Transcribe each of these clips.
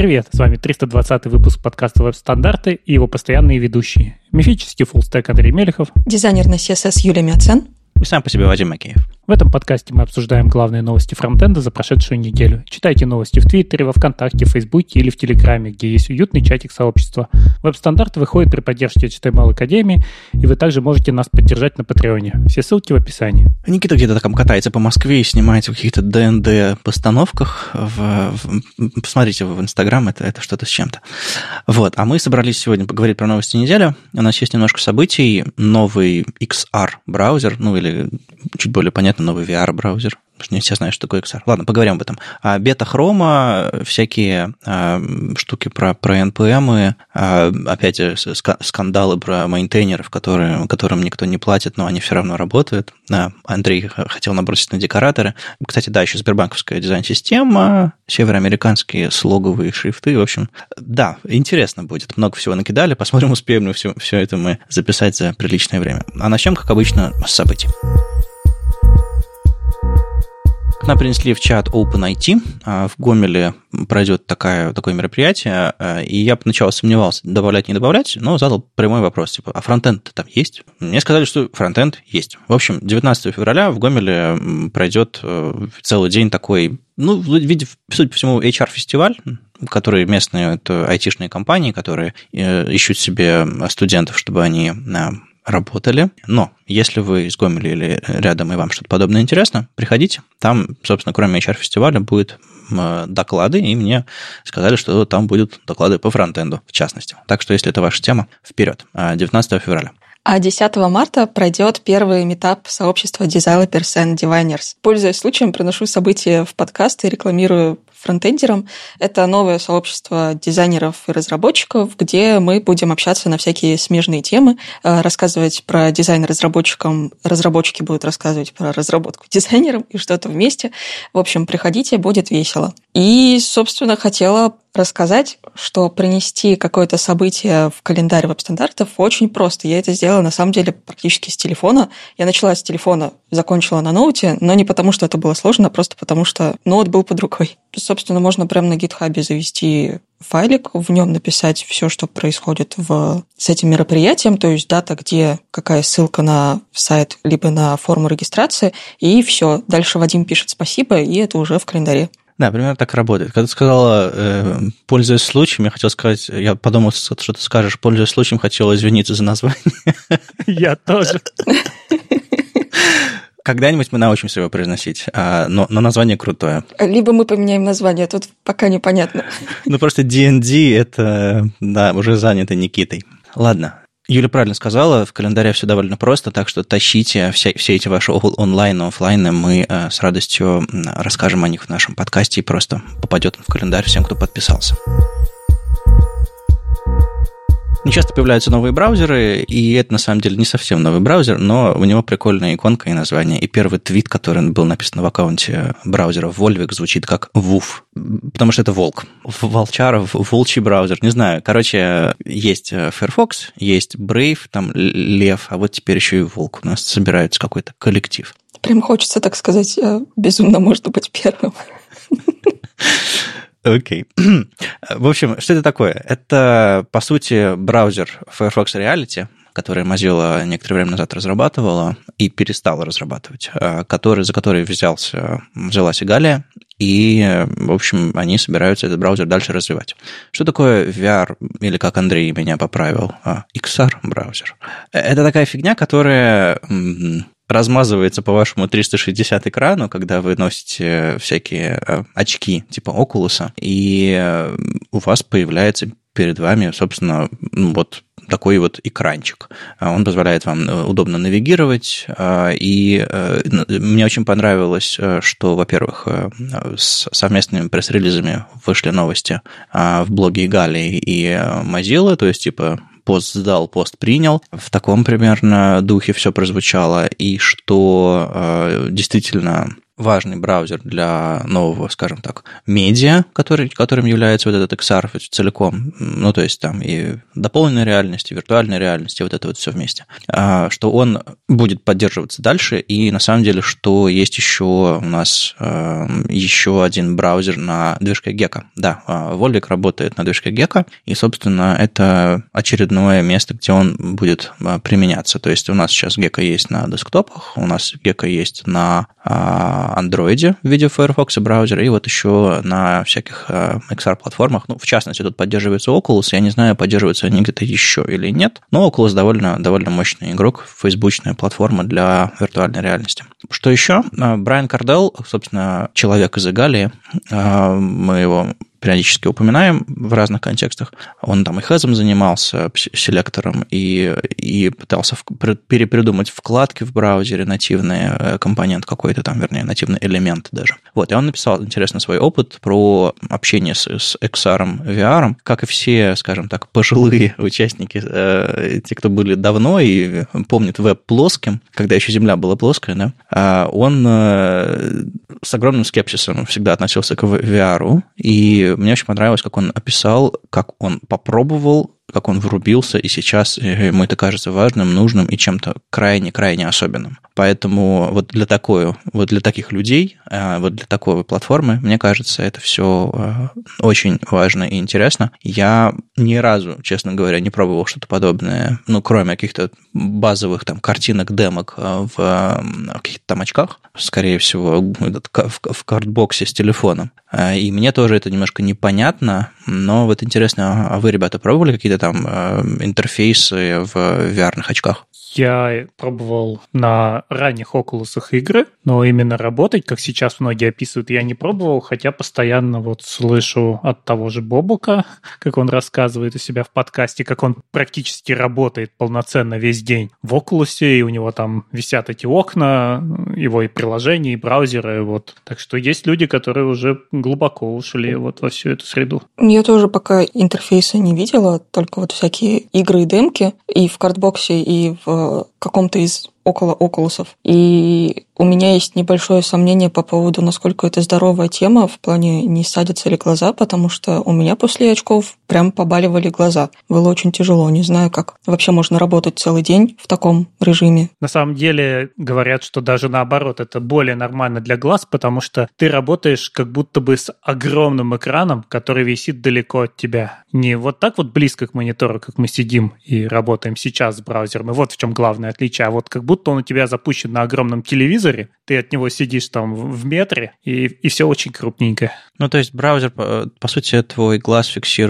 Привет, с вами 320 выпуск подкаста «Веб-стандарты» и его постоянные ведущие. Мифический фуллстек Андрей Мелехов, дизайнер на CSS Юлия Мяцен и сам по себе Вадим Макеев. В этом подкасте мы обсуждаем главные новости фронтенда за прошедшую неделю. Читайте новости в Твиттере, во Вконтакте, в Фейсбуке или в Телеграме, где есть уютный чатик сообщества. Веб-стандарты выходят при поддержке HTML Академии, и вы также можете нас поддержать на Патреоне. Все ссылки в описании. Никита где-то там катается по Москве и снимает в каких-то ДНД-постановках. Посмотрите в Инстаграм, это что-то с чем-то. Вот. А мы собрались сегодня поговорить про новости недели. У нас есть немножко событий. Новый XR-браузер, или чуть более понятно, новый VR-браузер. Не все знают, что такое XR. Ладно, поговорим об этом. Бета Хрома, всякие штуки про NPM, опять же, скандалы про мейнтейнеров, которым никто не платит, но они все равно работают. Андрей хотел набросить на декораторы. Кстати, да, еще сбербанковская дизайн-система, североамериканские слоговые шрифты. В общем, да, интересно будет. Много всего накидали. Посмотрим, успеем ли все это мы записать за приличное время. А начнем, как обычно, с событий. К нам принесли в чат OpenIT. В Гомеле пройдет такое мероприятие, и я поначалу сомневался, добавлять, не добавлять, но задал прямой вопрос, а фронтенд там есть? Мне сказали, что фронтенд есть. В общем, 19 февраля в Гомеле пройдет целый день такой, судя по всему, HR-фестиваль, которые местные, это айтишные компании, которые ищут себе студентов, чтобы они работали. Но если вы из Гомеля или рядом, и вам что-то подобное интересно, приходите. Там, собственно, кроме HR-фестиваля будут доклады, и мне сказали, что там будут доклады по фронтенду, в частности. Так что, если это ваша тема, вперед. 19 февраля. А 10 марта пройдет первый митап сообщества Developers and Diviners. Пользуясь случаем, приношу события в подкаст и рекламирую фронтендерам. Это новое сообщество дизайнеров и разработчиков, где мы будем общаться на всякие смежные темы, рассказывать про дизайн разработчикам, разработчики будут рассказывать про разработку дизайнерам и что-то вместе. В общем, приходите, будет весело. И, собственно, хотела рассказать, что принести какое-то событие в календарь веб-стандартов очень просто. Я это сделала, на самом деле, практически с телефона. Я начала с телефона, закончила на ноуте, но не потому, что это было сложно, а просто потому, что ноут был под рукой. Собственно, можно прямо на GitHub завести файлик, в нем написать все, что происходит с этим мероприятием, то есть дата, где какая ссылка на сайт, либо на форму регистрации, и все. Дальше Вадим пишет спасибо, и это уже в календаре. Да, примерно так работает. Когда ты сказала, пользуясь случаем, я хотел сказать, я подумал, что ты скажешь, пользуясь случаем, хотел извиниться за название. Я тоже. Когда-нибудь мы научимся его произносить, но название крутое. Либо мы поменяем название, тут пока непонятно. Просто D&D это, да, уже занято Никитой. Ладно. Юля правильно сказала, в календаре все довольно просто, так что тащите все эти ваши онлайн и офлайны, мы с радостью расскажем о них в нашем подкасте, и просто попадет он в календарь всем, кто подписался. Нечасто появляются новые браузеры, и это на самом деле не совсем новый браузер, но у него прикольная иконка и название. И первый твит, который был написан в аккаунте браузера Volvic, звучит как «Вуф», потому что это волк. Волчаров, волчий браузер, не знаю. Короче, есть Firefox, есть Brave, там лев, а вот теперь еще и волк. У нас собирается какой-то коллектив. Прям хочется, так сказать, безумно можно быть первым. Окей. В общем, что это такое? Это, по сути, браузер Firefox Reality, который Mozilla некоторое время назад разрабатывала и перестала разрабатывать, за который взялась Галия, и, в общем, они собираются этот браузер дальше развивать. Что такое VR, или, как Андрей меня поправил, XR-браузер? Это такая фигня, которая размазывается по вашему 360 экрану, когда вы носите всякие очки типа Oculus, и у вас появляется перед вами, собственно, вот такой вот экранчик. Он позволяет вам удобно навигировать, и мне очень понравилось, что, во-первых, с совместными пресс-релизами вышли новости в блоге Галии и Mozilla, то есть типа пост сдал, пост принял. В таком примерно духе все прозвучало, и что действительно важный браузер для нового, скажем так, медиа, которым является вот этот XR целиком, ну, то есть там и дополненная реальность, и виртуальная реальность, и вот это вот все вместе, что он будет поддерживаться дальше, и на самом деле, что есть еще у нас еще один браузер на движке Gecko. Да, Volvic работает на движке Gecko, и, собственно, это очередное место, где он будет применяться. То есть у нас сейчас Gecko есть на десктопах, у нас Gecko есть на Android в виде Firefox браузера, и вот еще на всяких XR-платформах. Ну, в частности, тут поддерживается Oculus. Я не знаю, поддерживаются они где-то еще или нет, но Oculus довольно мощный игрок, фейсбучная платформа для виртуальной реальности. Что еще? Брайан Карделл, собственно, человек из Игалии, мы его периодически упоминаем в разных контекстах. Он там и хэзом занимался, селектором, и пытался перепридумать вкладки в браузере, нативный компонент какой-то там, вернее, нативный элемент даже. Вот, и он написал, интересно, свой опыт про общение с XR, VR, как и все, скажем так, пожилые участники, те, кто были давно и помнят веб плоским, когда еще Земля была плоская, да, он с огромным скепсисом всегда относился к VR, и мне очень понравилось, как он описал, как он попробовал, как он врубился, и сейчас ему это кажется важным, нужным и чем-то крайне-крайне особенным. Поэтому вот для таких людей, вот для такой платформы, мне кажется, это все очень важно и интересно. Я ни разу, честно говоря, не пробовал что-то подобное, ну, кроме каких-то базовых там картинок, демок в каких-то там очках, скорее всего, в картбоксе с телефоном. И мне тоже это немножко непонятно, но вот интересно, а вы, ребята, пробовали какие-то там интерфейсы в VR-ных очках? Я пробовал на ранних Oculus игры, но именно работать, как сейчас многие описывают, я не пробовал, хотя постоянно вот слышу от того же Бобука, как он рассказывает у себя в подкасте, как он практически работает полноценно весь день в Oculus, и у него там висят эти окна, его и приложения, и браузеры, вот. Так что есть люди, которые уже глубоко ушли вот во всю эту среду. Я тоже пока интерфейса не видела, только вот всякие игры и демки и в картбоксе, и в каком-то из около Окулусов. И у меня есть небольшое сомнение по поводу, насколько это здоровая тема в плане не садятся ли глаза, потому что у меня после очков прям побаливали глаза. Было очень тяжело. Не знаю, как вообще можно работать целый день в таком режиме. На самом деле говорят, что даже наоборот, это более нормально для глаз, потому что ты работаешь как будто бы с огромным экраном, который висит далеко от тебя. Не вот так вот близко к монитору, как мы сидим и работаем сейчас с браузером. И вот в чем главное отличие. А вот как будто он у тебя запущен на огромном телевизоре, ты от него сидишь там в метре, и все очень крупненько. Ну, то есть браузер, по сути, твой глаз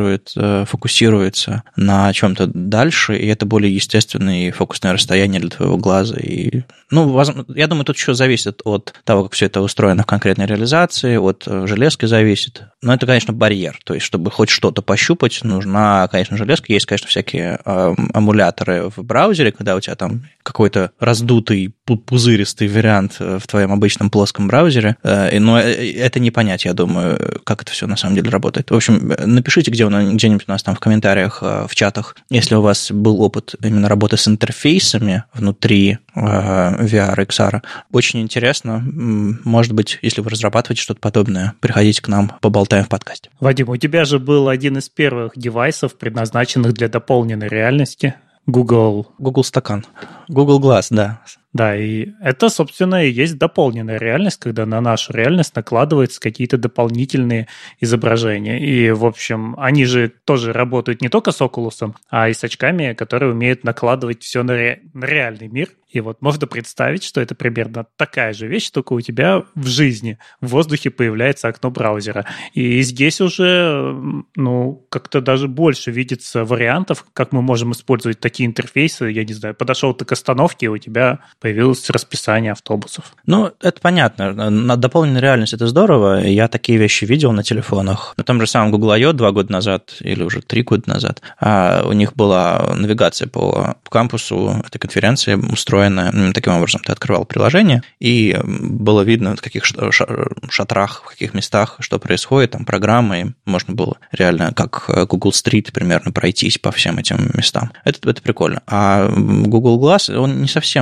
фокусируется на чем-то дальше, и это более естественное фокусное расстояние для твоего глаза. И, ну, я думаю, тут еще зависит от того, как все это устроено в конкретной реализации, от железки зависит. Но это, конечно, барьер. То есть, чтобы хоть что-то пощупать, нужна, конечно, железка. Есть, конечно, всякие эмуляторы в браузере, когда у тебя там какой-то раздутый, пузыристый вариант в твоем обычном плоском браузере, но это не понять, я думаю, как это все на самом деле работает. В общем, напишите где-нибудь у нас там в комментариях, в чатах, если у вас был опыт именно работы с интерфейсами внутри VR, XR. Очень интересно. Может быть, если вы разрабатываете что-то подобное, приходите к нам, поболтаем в подкасте. Вадим, у тебя же был один из первых девайсов, предназначенных для дополненной реальности. Google Стакан. Google Glass, да. Да, и это, собственно, и есть дополненная реальность, когда на нашу реальность накладываются какие-то дополнительные изображения. И, в общем, они же тоже работают не только с Oculus, а и с очками, которые умеют накладывать все на реальный мир. И вот можно представить, что это примерно такая же вещь, только у тебя в жизни, в воздухе появляется окно браузера. И здесь уже, ну, как-то даже больше видится вариантов, как мы можем использовать такие интерфейсы. Я не знаю, подошел ты к остановке, и у тебя появилось расписание автобусов. Ну, это понятно. На дополненной реальности это здорово. Я такие вещи видел на телефонах. На том же самом Google I.O. 2 года назад или уже 3 года назад у них была навигация по кампусу этой конференции устроена таким образом. Ты открывал приложение, и было видно, в каких шатрах, в каких местах что происходит, там программы, и можно было реально как Google Street примерно пройтись по всем этим местам. Это прикольно. А Google Glass, он не совсем там был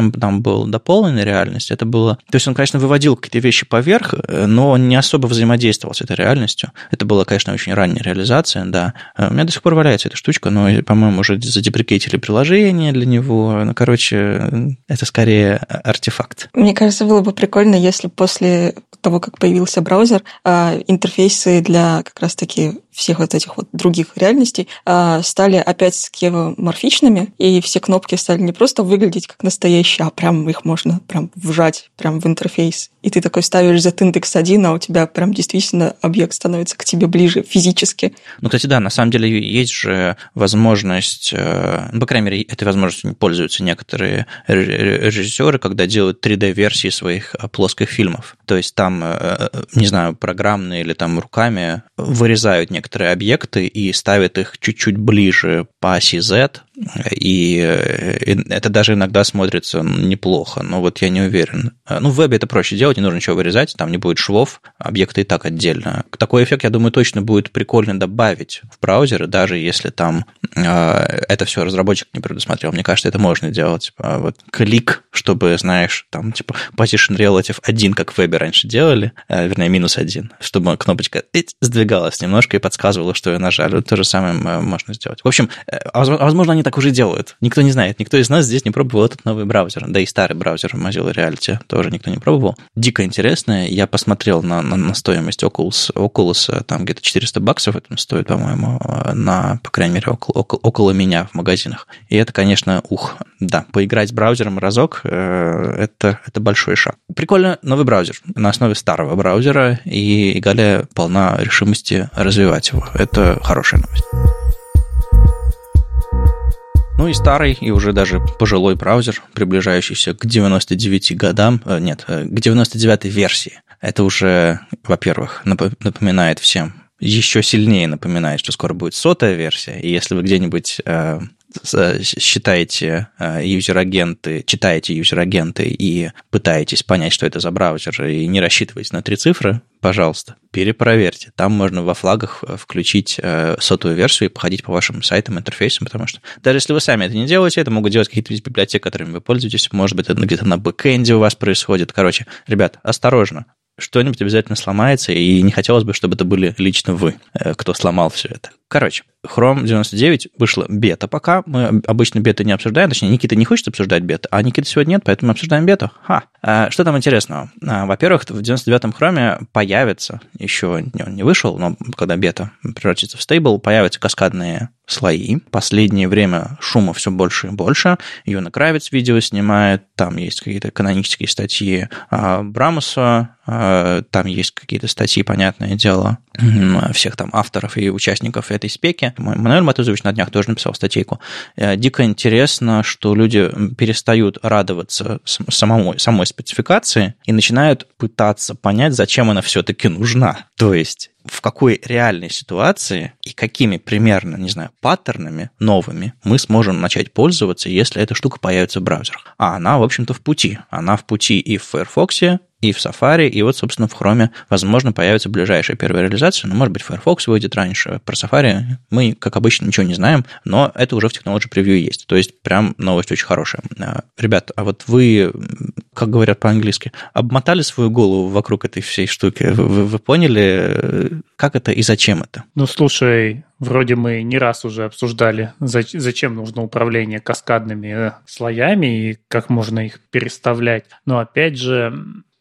был дополненная реальность, это было... То есть он, конечно, выводил какие-то вещи поверх, но он не особо взаимодействовал с этой реальностью. Это была, конечно, очень ранняя реализация, да. У меня до сих пор валяется эта штучка, но, по-моему, уже задеприкейтили приложение для него. Ну, короче, это скорее артефакт. Мне кажется, было бы прикольно, если после того, как появился браузер, интерфейсы для как раз-таки всех вот этих вот других реальностей стали опять скевоморфичными, и все кнопки стали не просто выглядеть как настоящие, а прям их можно прям вжать прям в интерфейс. И ты такой ставишь z-индекс 1, а у тебя прям действительно объект становится к тебе ближе физически. Ну, кстати, да, на самом деле есть же возможность, по крайней мере, этой возможностью пользуются некоторые режиссеры, когда делают 3D-версии своих плоских фильмов. То есть там, не знаю, программно или там руками вырезают некоторые объекты и ставят их чуть-чуть ближе по оси Z, и это даже иногда смотрится неплохо, но вот я не уверен. Ну, в вебе это проще делать, не нужно ничего вырезать, там не будет швов, объекты и так отдельно. Такой эффект, я думаю, точно будет прикольно добавить в браузеры, даже если там это все разработчик не предусмотрел. Мне кажется, это можно делать. Вот клик, чтобы, знаешь, там типа position relative 1, как в вебе раньше делали, вернее, -1, чтобы кнопочка сдвигалась немножко и подсказывала, что ее нажали. То же самое можно сделать. В общем, возможно, они так уже делают. Никто не знает. Никто из нас здесь не пробовал этот новый браузер. Да и старый браузер Mozilla Reality тоже никто не пробовал. Дико интересно. Я посмотрел на стоимость Oculus, там где-то $400 это стоит, по-моему, по крайней мере, около меня в магазинах. И это, конечно, да, поиграть с браузером разок, это большой шаг. Прикольно, новый браузер на основе старого браузера, и Галя полна решимости развивать его. Это хорошая новость. Ну и старый, и уже даже пожилой браузер, приближающийся к 99 годам, к 99-й версии. Это уже, во-первых, напоминает всем, еще сильнее напоминает, что скоро будет 100-я версия, и если вы где-нибудь читаете юзер-агенты и пытаетесь понять, что это за браузер, и не рассчитываете на 3 цифры, пожалуйста, перепроверьте. Там можно во флагах включить 100-ю версию и походить по вашим сайтам, интерфейсам, потому что даже если вы сами это не делаете, это могут делать какие-то из библиотек, которыми вы пользуетесь, может быть, это где-то на бэкэнде у вас происходит. Короче, ребят, осторожно. Что-нибудь обязательно сломается, и не хотелось бы, чтобы это были лично вы, кто сломал все это. Короче, Chrome 99 вышла бета пока. Мы обычно беты не обсуждаем. Точнее, Никита не хочет обсуждать бета, а Никиты сегодня нет, поэтому мы обсуждаем бету. Что там интересного? Во-первых, в 99-м Chrome появится, еще он не вышел, но когда бета превратится в стейбл, появятся каскадные слои. Последнее время шума все больше и больше. Юна Кравец видео снимает, там есть какие-то канонические статьи Брамуса, там есть какие-то статьи, понятное дело, всех там авторов и участников этой спеки. Мануэль Матузович на днях тоже написал статейку. Дико интересно, что люди перестают радоваться самой спецификации и начинают пытаться понять, зачем она все-таки нужна. То есть в какой реальной ситуации и какими примерно, не знаю, паттернами новыми мы сможем начать пользоваться, если эта штука появится в браузерах. А она, в общем-то, в пути. Она в пути и в Firefox, и в Safari, и вот, собственно, в Chrome, возможно, появится ближайшая первая реализация, но, может быть, Firefox выйдет раньше. Про Safari мы, как обычно, ничего не знаем, но это уже в Technology Preview есть. То есть, прям новость очень хорошая. Ребят, а вот вы, как говорят по-английски, обмотали свою голову вокруг этой всей штуки? Вы поняли, как это и зачем это? Ну, слушай, вроде мы не раз уже обсуждали, зачем нужно управление каскадными слоями и как можно их переставлять. Но, опять же,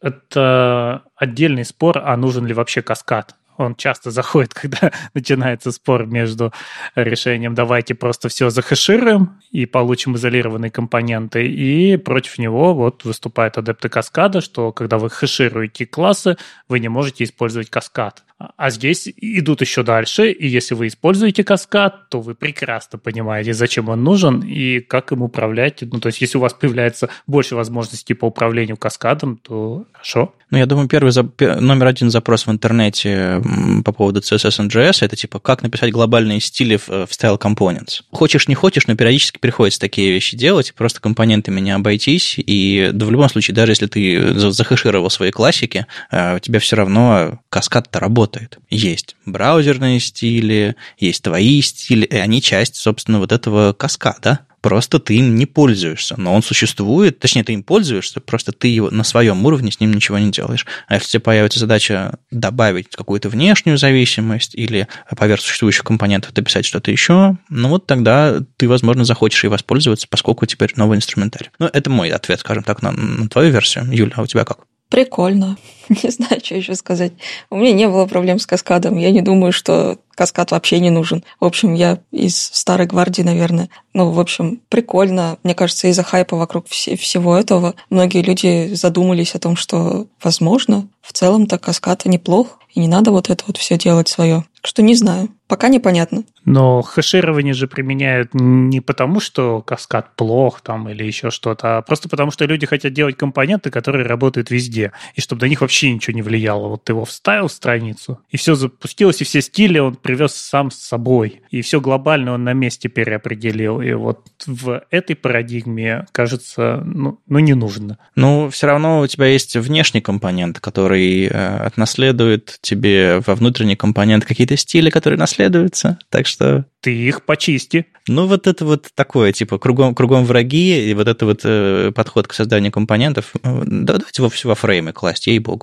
это отдельный спор, а нужен ли вообще каскад. Он часто заходит, когда начинается спор между решением «давайте просто все захэшируем и получим изолированные компоненты», и против него вот выступают адепты каскада, что когда вы хэшируете классы, вы не можете использовать каскад. А здесь идут еще дальше, и если вы используете каскад, то вы прекрасно понимаете, зачем он нужен и как им управлять. Ну, то есть, если у вас появляется больше возможностей по управлению каскадом, то хорошо. Ну, я думаю, номер один запрос в интернете по поводу CSS and JS – это типа, как написать глобальные стили в Style Components. Хочешь, не хочешь, но периодически приходится такие вещи делать, просто компонентами не обойтись, и да, в любом случае, даже если ты захэшировал свои классики, у тебя все равно каскад-то работает. Есть браузерные стили, есть твои стили, и они часть, собственно, вот этого каскада. просто ты им не пользуешься, но он существует, точнее, ты им пользуешься, просто ты его на своем уровне с ним ничего не делаешь. А если тебе появится задача добавить какую-то внешнюю зависимость или поверх существующих компонентов дописать что-то еще, ну вот тогда ты, возможно, захочешь и воспользоваться, поскольку теперь новый инструментарий. Ну, это мой ответ, скажем так, на твою версию. Юля, а у тебя как? Прикольно. Не знаю, что еще сказать. У меня не было проблем с каскадом. Я не думаю, что каскад вообще не нужен. В общем, я из старой гвардии, наверное. Ну, в общем, прикольно. Мне кажется, из-за хайпа вокруг всего этого многие люди задумались о том, что, возможно, в целом-то каскад неплох, и не надо вот это вот все делать свое. Так что не знаю. Пока непонятно. Но хэширование же применяют не потому, что каскад плох там или еще что-то, а просто потому, что люди хотят делать компоненты, которые работают везде, и чтобы на них вообще ничего не влияло. Вот ты его вставил в страницу, и все запустилось, и все стили он привез сам с собой, и все глобально он на месте переопределил. И вот в этой парадигме, кажется, не нужно. Ну, все равно у тебя есть внешний компонент, который отнаследует тебе во внутренний компонент какие-то стили, которые наследуются, так что... Ты их почисти. Ну, вот это вот такое, типа, кругом враги, и вот это вот подход к созданию компонентов, давайте его все во фреймы класть, ей-богу.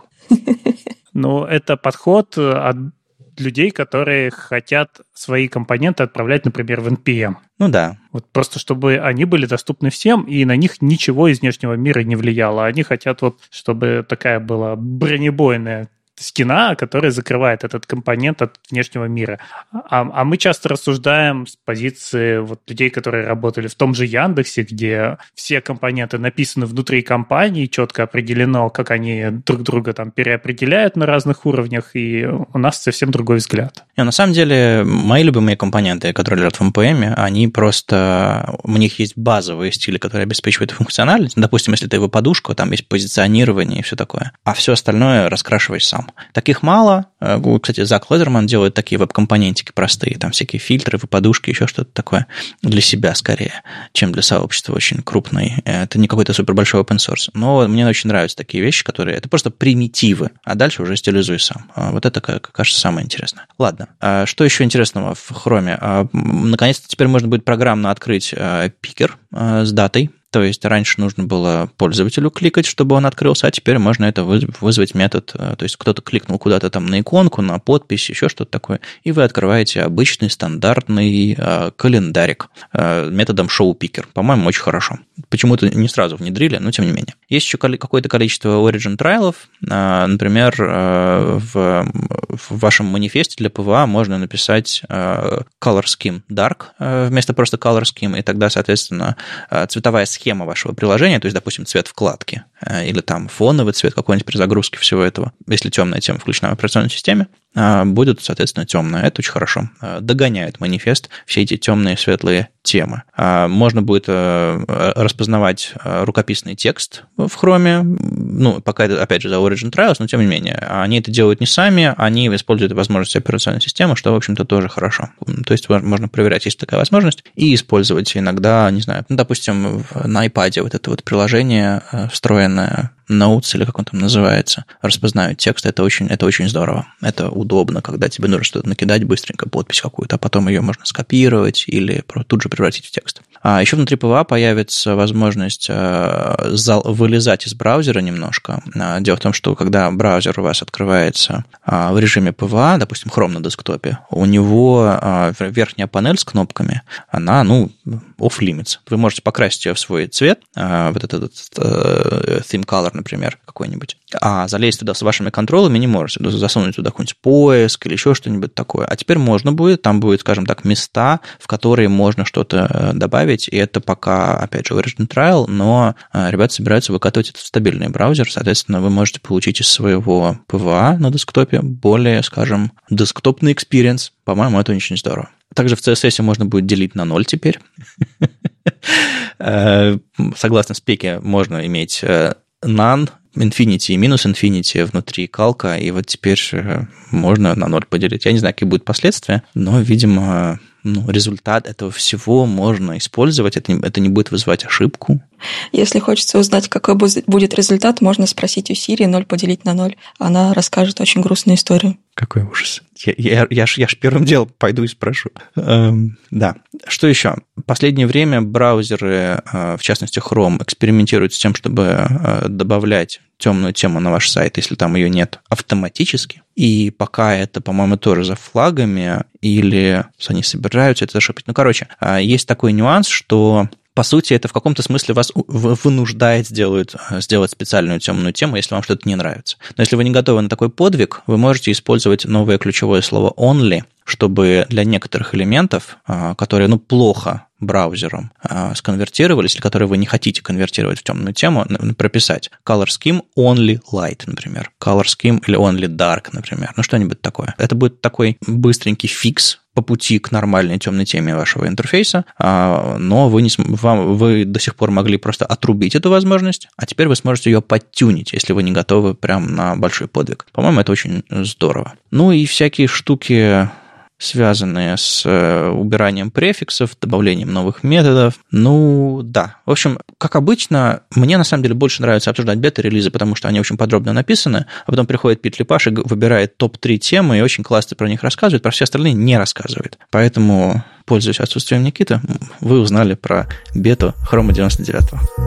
Ну, это подход от людей, которые хотят свои компоненты отправлять, например, в NPM. Ну да. Вот просто чтобы они были доступны всем, и на них ничего из внешнего мира не влияло. Они хотят вот, чтобы такая была бронебойная стена, которая закрывает этот компонент от внешнего мира. А мы часто рассуждаем с позиции вот людей, которые работали в том же Яндексе, где все компоненты написаны внутри компании, четко определено, как они друг друга там переопределяют на разных уровнях, и у нас совсем другой взгляд. На самом деле, мои любимые компоненты, которые лежат в NPM, они просто... У них есть базовые стили, которые обеспечивают функциональность. Допустим, если ты его подушку, там есть позиционирование и все такое. А все остальное раскрашивай сам. Таких мало. Кстати, Зак Ледерман делает такие веб-компонентики простые, там всякие фильтры, подушки, еще что-то такое для себя скорее, чем для сообщества очень крупный. Это не какой-то супер большой open source. Но мне очень нравятся такие вещи, которые... Это просто примитивы, а дальше уже стилизуй сам. Вот это, кажется, самое интересное. Ладно. Что еще интересного в Chrome? Наконец-то теперь можно будет программно открыть пикер с датой. То есть раньше нужно было пользователю кликать, чтобы он открылся, а теперь можно это вызвать метод. То есть кто-то кликнул куда-то там на иконку, на подпись, еще что-то такое, и вы открываете обычный стандартный календарик методом showPicker. По-моему, очень хорошо. Почему-то не сразу внедрили, но тем не менее. Есть еще какое-то количество origin трайлов. Например, в вашем манифесте для PWA можно написать color scheme dark вместо просто color scheme, и тогда, соответственно, цветовая схема вашего приложения, то есть, допустим, цвет вкладки или там фоновый цвет какой-нибудь при загрузке всего этого, если темная тема включена в операционной системе, будет, соответственно, темная. Это очень хорошо. Догоняет манифест все эти темные, светлые темы. Можно будет распознавать рукописный текст в Chrome. Ну, пока это, опять же, за Origin Trials, но тем не менее. Они это делают не сами, они используют возможности операционной системы, что, в общем-то, тоже хорошо. То есть можно проверять, есть такая возможность, и использовать иногда, не знаю, допустим, на iPad вот это вот приложение встроенное, Notes, или как он там называется, распознают текст, это очень здорово. Это удобно, когда тебе нужно что-то накидать быстренько, подпись какую-то, а потом ее можно скопировать или тут же превратить в текст. А еще внутри PWA появится возможность вылезать из браузера немножко. Дело в том, что когда браузер у вас открывается в режиме PWA, допустим, Chrome на десктопе, у него верхняя панель с кнопками, она, off-limits. Вы можете покрасить ее в свой цвет, вот этот theme color, например, какой-нибудь, а залезть туда с вашими контролами не можете, засунуть туда какой-нибудь поиск или еще что-нибудь такое. А теперь можно будет, там будет, скажем так, места, в которые можно что-то добавить, и это пока, опять же, Origin Trial, но ребята собираются выкатывать это в стабильный браузер, соответственно, вы можете получить из своего PWA на десктопе более, скажем, десктопный experience. По-моему, это очень здорово. Также в CSS можно будет делить на 0 теперь. Согласно спеке, можно иметь none, infinity и минус infinity внутри калка, и вот теперь можно на 0 поделить. Я не знаю, какие будут последствия, но, видимо, результат этого всего можно использовать. Это не будет вызывать ошибку. Если хочется узнать, какой будет результат, можно спросить у Siri 0 поделить на 0. Она расскажет очень грустную историю. Какой ужас. Я ж первым делом пойду и спрошу. Да. Что еще? В последнее время браузеры, в частности Chrome, экспериментируют с тем, чтобы добавлять темную тему на ваш сайт, если там ее нет, автоматически. И пока это, по-моему, тоже за флагами, или они собираются это зашипить. Есть такой нюанс, что по сути, это в каком-то смысле вас вынуждает сделать специальную темную тему, если вам что-то не нравится. Но если вы не готовы на такой подвиг, вы можете использовать новое ключевое слово only, чтобы для некоторых элементов, которые плохо браузером сконвертировались, или которые вы не хотите конвертировать в темную тему, прописать color scheme only light, например, color scheme или only dark, например, что-нибудь такое. Это будет такой быстренький фикс по пути к нормальной темной теме вашего интерфейса, но вы до сих пор могли просто отрубить эту возможность, а теперь вы сможете ее подтюнить, если вы не готовы прям на большой подвиг. По-моему, это очень здорово. И всякие штуки, связанные с убиранием префиксов, добавлением новых методов. Да. В общем, как обычно, мне на самом деле больше нравится обсуждать бета-релизы, потому что они очень подробно написаны, а потом приходит Пит Лепаш и выбирает топ-3 темы и очень классно про них рассказывает, про все остальные не рассказывает. Поэтому, пользуясь отсутствием Никиты, вы узнали про бету Chrome 99.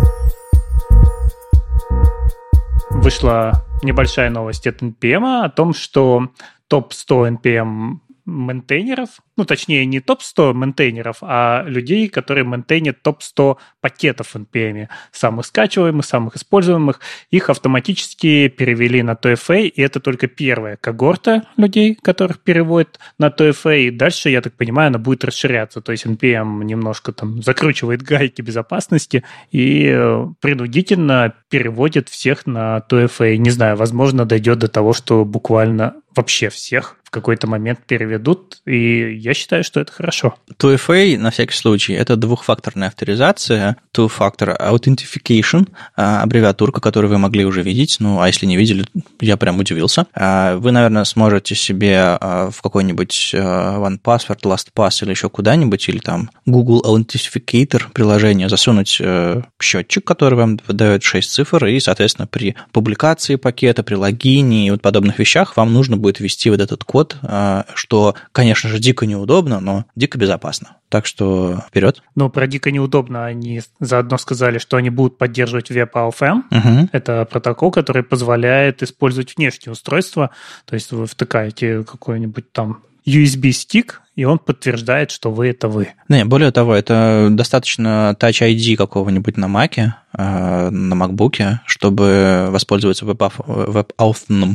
Вышла небольшая новость от NPM о том, что топ-100 NPM мейнтейнеров, точнее, не топ-100 мейнтейнеров, а людей, которые мейнтейнят топ-100 пакетов в NPM, самых скачиваемых, самых используемых, их автоматически перевели на TOFA, и это только первая когорта людей, которых переводят на TOFA, и дальше, я так понимаю, она будет расширяться, то есть NPM немножко закручивает гайки безопасности и принудительно переводит всех на TOFA. Не знаю, возможно, дойдет до того, что буквально вообще всех в какой-то момент переведут, и я считаю, что это хорошо. TOFA, на всякий случай, это двухфакторная авторизация, Two-Factor Authentication, аббревиатурка, которую вы могли уже видеть, а если не видели, я прям удивился. Вы, наверное, сможете себе в какой-нибудь OnePassword, LastPass или еще куда-нибудь, или там Google Authenticator приложение засунуть счетчик, который вам выдает 6 цифр, и, соответственно, при публикации пакета, при логине и подобных вещах вам нужно будет ввести вот этот код, что, конечно же, дико неудобно, но дико безопасно. Так что вперед. Про дико неудобно они заодно сказали, что они будут поддерживать WebAuthn. Угу. Это протокол, который позволяет использовать внешние устройства. То есть вы втыкаете какой-нибудь там USB-стик, и он подтверждает, что вы – это вы. Более того, это достаточно Touch ID какого-нибудь на Mac'е, на MacBook'е, чтобы воспользоваться WebAuthn.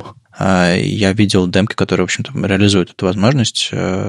Я видел демки, которые, в общем-то, реализуют эту возможность.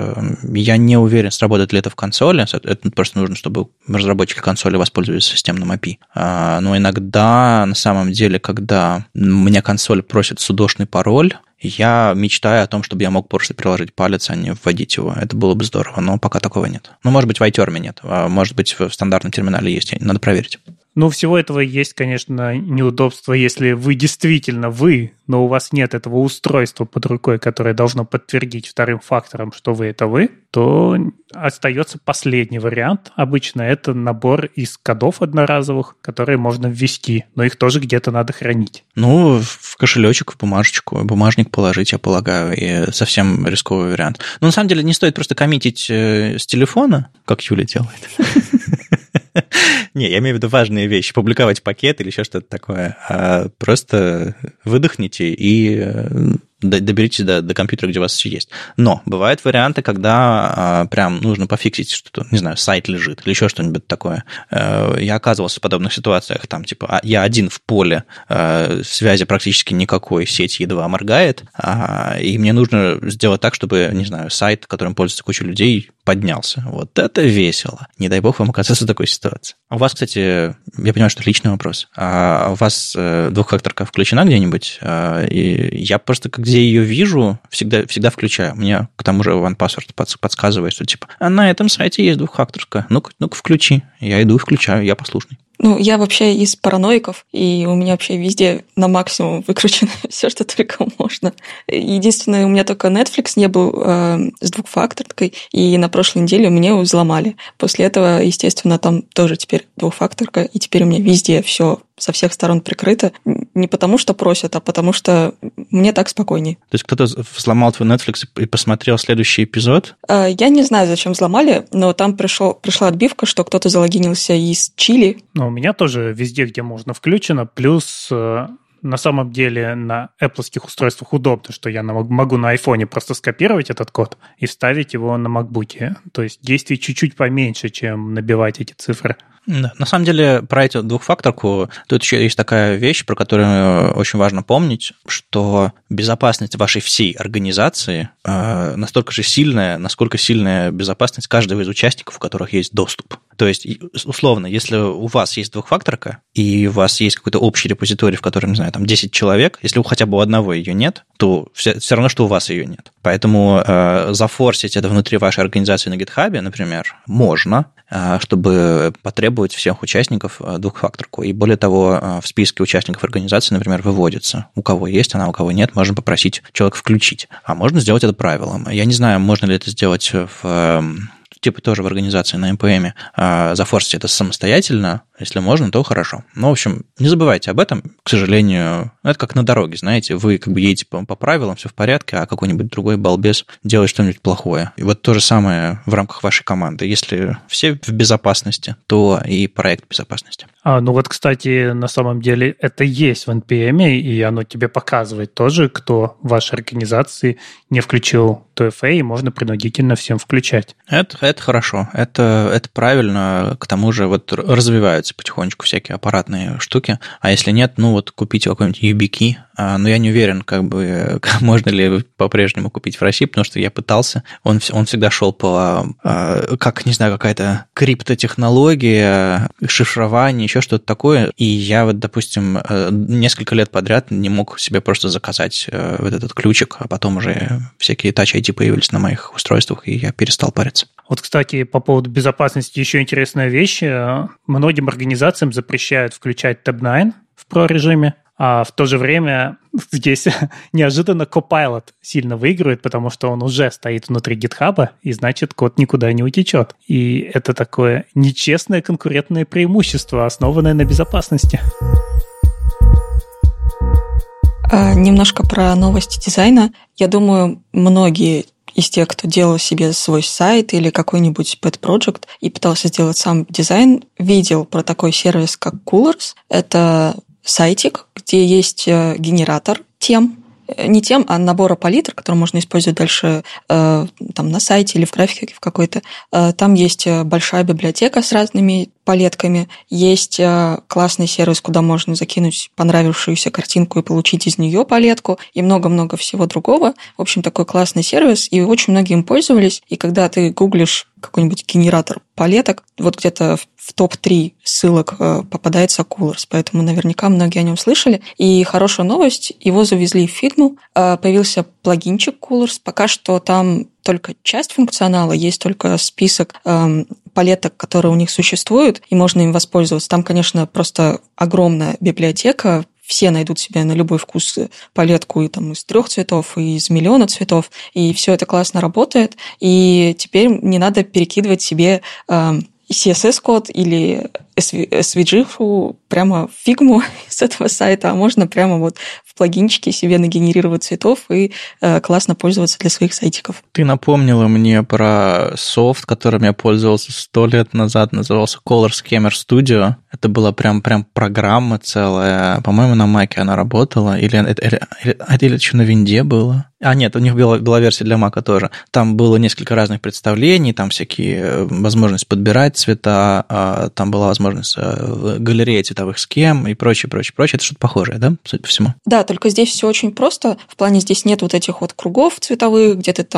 Я не уверен, сработает ли это в консоли. Это просто нужно, чтобы разработчики консоли воспользовались системным API. Но иногда, на самом деле, когда меня консоль просит судошный пароль, я мечтаю о том, чтобы я мог просто приложить палец, а не вводить его. Это было бы здорово, но пока такого нет. Может быть, в iTerm нет, может быть, в стандартном терминале есть, надо проверить. Всего этого есть, конечно, неудобство, если вы действительно вы, но у вас нет этого устройства под рукой, которое должно подтвердить вторым фактором, что вы – это вы, то остается последний вариант. Обычно это набор из кодов одноразовых, которые можно ввести, но их тоже где-то надо хранить. В кошелечек, в бумажечку, бумажник положить, я полагаю, и совсем рисковый вариант. Но на самом деле не стоит просто коммитить с телефона, как Юля делает. Не, я имею в виду важные вещи, публиковать пакет или еще что-то такое. Просто выдохните и доберитесь до компьютера, где у вас все есть. Но бывают варианты, когда прям нужно пофиксить что-то, не знаю, сайт лежит или еще что-нибудь такое. Я оказывался в подобных ситуациях, там, я один в поле, связи практически никакой, сеть едва моргает, и мне нужно сделать так, чтобы, не знаю, сайт, которым пользуется куча людей, поднялся. Вот это весело. Не дай бог вам оказаться в такой ситуации. У вас, кстати, я понимаю, что это личный вопрос, а у вас двухфакторка включена где-нибудь? И я просто, где ее вижу, всегда включаю. Мне к тому же OnePassword подсказывает, что на этом сайте есть двухфакторка. Ну-ка, включи. Я иду и включаю, я послушный. Ну, я вообще из параноиков, и у меня вообще везде на максимум выкручено все, что только можно. Единственное, у меня только Netflix не был с двухфакторкой, и на прошлой неделе у меня его взломали. После этого, естественно, там тоже теперь двухфакторка, и теперь у меня везде все со всех сторон прикрыто. Не потому, что просят, а потому, что мне так спокойнее. То есть кто-то взломал твой Netflix и посмотрел следующий эпизод? Я не знаю, зачем взломали, но там пришла отбивка, что кто-то залогинился из Чили. Но у меня тоже везде, где можно, включено. Плюс на самом деле на Apple-ских устройствах удобно, что я могу на айфоне просто скопировать этот код и вставить его на MacBook. То есть действий чуть-чуть поменьше, чем набивать эти цифры. Да. На самом деле, про эту двухфакторку тут еще есть такая вещь, про которую очень важно помнить, что безопасность вашей всей организации настолько же сильная, насколько сильная безопасность каждого из участников, у которых есть доступ. То есть, условно, если у вас есть двухфакторка, и у вас есть какой-то общий репозиторий, в котором, не знаю, там 10 человек, если хотя бы у одного ее нет, то все равно, что у вас ее нет. Поэтому зафорсить это внутри вашей организации на GitHub, например, можно, чтобы потребовать всех участников двухфакторку. И более того, в списке участников организации, например, выводится, у кого есть она, у кого нет, можно попросить человека включить. А можно сделать это правилом. Я не знаю, можно ли это сделать тоже в организации на NPM, зафорсить это самостоятельно. Если можно, то хорошо. Но, в общем, не забывайте об этом. К сожалению, это как на дороге, знаете, вы как бы едете по правилам, все в порядке, а какой-нибудь другой балбес делает что-нибудь плохое. И вот то же самое в рамках вашей команды. Если все в безопасности, то и проект в безопасности. Ну вот, кстати, на самом деле это есть в NPM, и оно тебе показывает тоже, кто в вашей организации не включил TFA, и можно принудительно всем включать. Это хорошо, это правильно. К тому же вот развиваются потихонечку всякие аппаратные штуки. А если нет, ну вот купите какой-нибудь YubiKey. Но я не уверен, можно ли по-прежнему купить в России, потому что я пытался. Он всегда шел по, не знаю, какая-то криптотехнология, шифрование, еще что-то такое. И я вот, допустим, несколько лет подряд не мог себе просто заказать вот этот ключик, а потом уже всякие Touch ID появились на моих устройствах, и я перестал париться. Вот, кстати, по поводу безопасности еще интересная вещь. Многим организациям запрещают включать Tab9 в Pro-режиме, а в то же время здесь неожиданно Copilot сильно выигрывает, потому что он уже стоит внутри GitHub, и значит, код никуда не утечет. И это такое нечестное конкурентное преимущество, основанное на безопасности. Немножко про новости дизайна. Я думаю, многие из тех, кто делал себе свой сайт или какой-нибудь pet project и пытался сделать сам дизайн, видел про такой сервис, как Coolors. Это сайтик, где есть генератор тем, не тем, а набора палитр, который можно использовать дальше там, на сайте или в графике в какой-то. Там есть большая библиотека с разными палетками, есть классный сервис, куда можно закинуть понравившуюся картинку и получить из нее палетку, и много-много всего другого. В общем, такой классный сервис, и очень многие им пользовались. И когда ты гуглишь какой-нибудь генератор палеток, вот где-то в топ-3 ссылок попадается Coolors, поэтому наверняка многие о нем слышали. И хорошая новость, его завезли в Figma, появился плагинчик Coolors, пока что там только часть функционала, есть только список палеток, которые у них существуют, и можно им воспользоваться. Там, конечно, просто огромная библиотека, все найдут себе на любой вкус палетку и там из 3 цветов, и из миллиона цветов, и все это классно работает, и теперь не надо перекидывать себе CSS-код или SVG прямо в фигму с этого сайта, а можно прямо вот в плагинчике себе нагенерировать цветов и классно пользоваться для своих сайтиков. Ты напомнила мне про софт, которым я пользовался 100 лет назад, назывался Color Schemer Studio. Это была прям программа целая. По-моему, на Маке она работала. Или еще на Винде было. Нет, у них была версия для Мака тоже. Там было несколько разных представлений, там всякие возможности подбирать цвета, там была возможность галереи цветовых схем и прочее. Это что-то похожее, да, судя по всему? Да, только здесь все очень просто. В плане здесь нет вот этих вот кругов цветовых, где ты там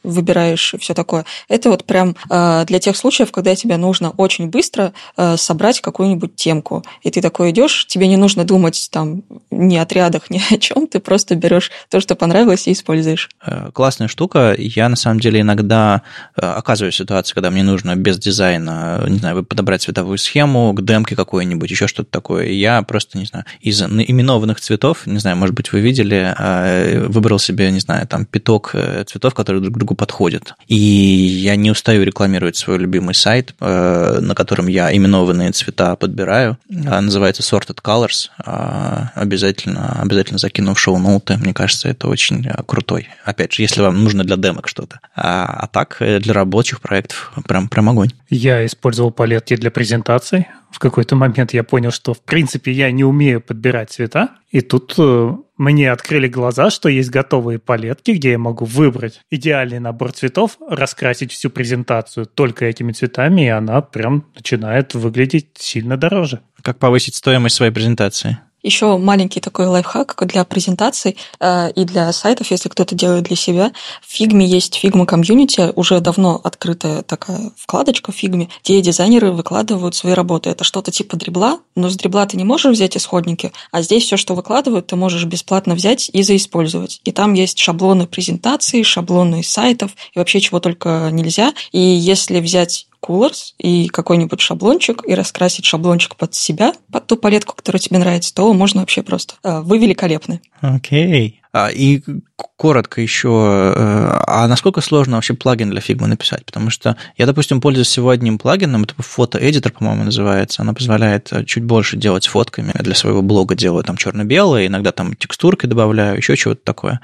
выбираешь и все такое. Это вот прям для тех случаев, когда тебе нужно очень быстро собрать какую-нибудь темку. И ты такой идешь, тебе не нужно думать там ни о отрядах, ни о чем, ты просто берешь то, что понравилось, и используешь. Классная штука. Я, на самом деле, иногда оказываюсь в ситуации, когда мне нужно без дизайна, не знаю, подобрать цветовую схему к демке какой-нибудь, еще что-то такое. И я просто, не знаю, из именованных цветов, не знаю, может быть, вы видели, выбрал себе, не знаю, там пяток цветов, которые друг к другу подходят. И я не устаю рекламировать свой любимый сайт, на котором я именованные цвета подбираю. Называется Sorted Colors. Обязательно закину в шоу-ноуты. Мне кажется, это очень крутой. Опять же, если вам нужно для демок что-то. А так, для рабочих проектов прям огонь. Я использовал палетки для презентаций. В какой-то момент я понял, что, в принципе, я не умею подбирать цвета. И тут мне открыли глаза, что есть готовые палетки, где я могу выбрать идеальный набор цветов, раскрасить всю презентацию только этими цветами, и она прям начинает выглядеть сильно дороже. Как повысить стоимость своей презентации? Еще маленький такой лайфхак для презентаций и для сайтов, если кто-то делает для себя. В Figma есть Figma Community, уже давно открытая такая вкладочка в Figma, где дизайнеры выкладывают свои работы. Это что-то типа дрибла, но с дрибла ты не можешь взять исходники, а здесь все, что выкладывают, ты можешь бесплатно взять и заиспользовать. И там есть шаблоны презентаций, шаблоны сайтов и вообще чего только нельзя. И если взять Colors и какой-нибудь шаблончик, и раскрасить шаблончик под себя, под ту палетку, которая тебе нравится, то можно вообще просто. Вы великолепны. Окей. И коротко еще, а насколько сложно вообще плагин для Figma написать? Потому что я, допустим, пользуюсь всего одним плагином, это фотоэдитор, по-моему, называется. Она позволяет чуть больше делать с фотками. Для своего блога делаю там черно-белое, иногда там текстурки добавляю, еще чего-то такое.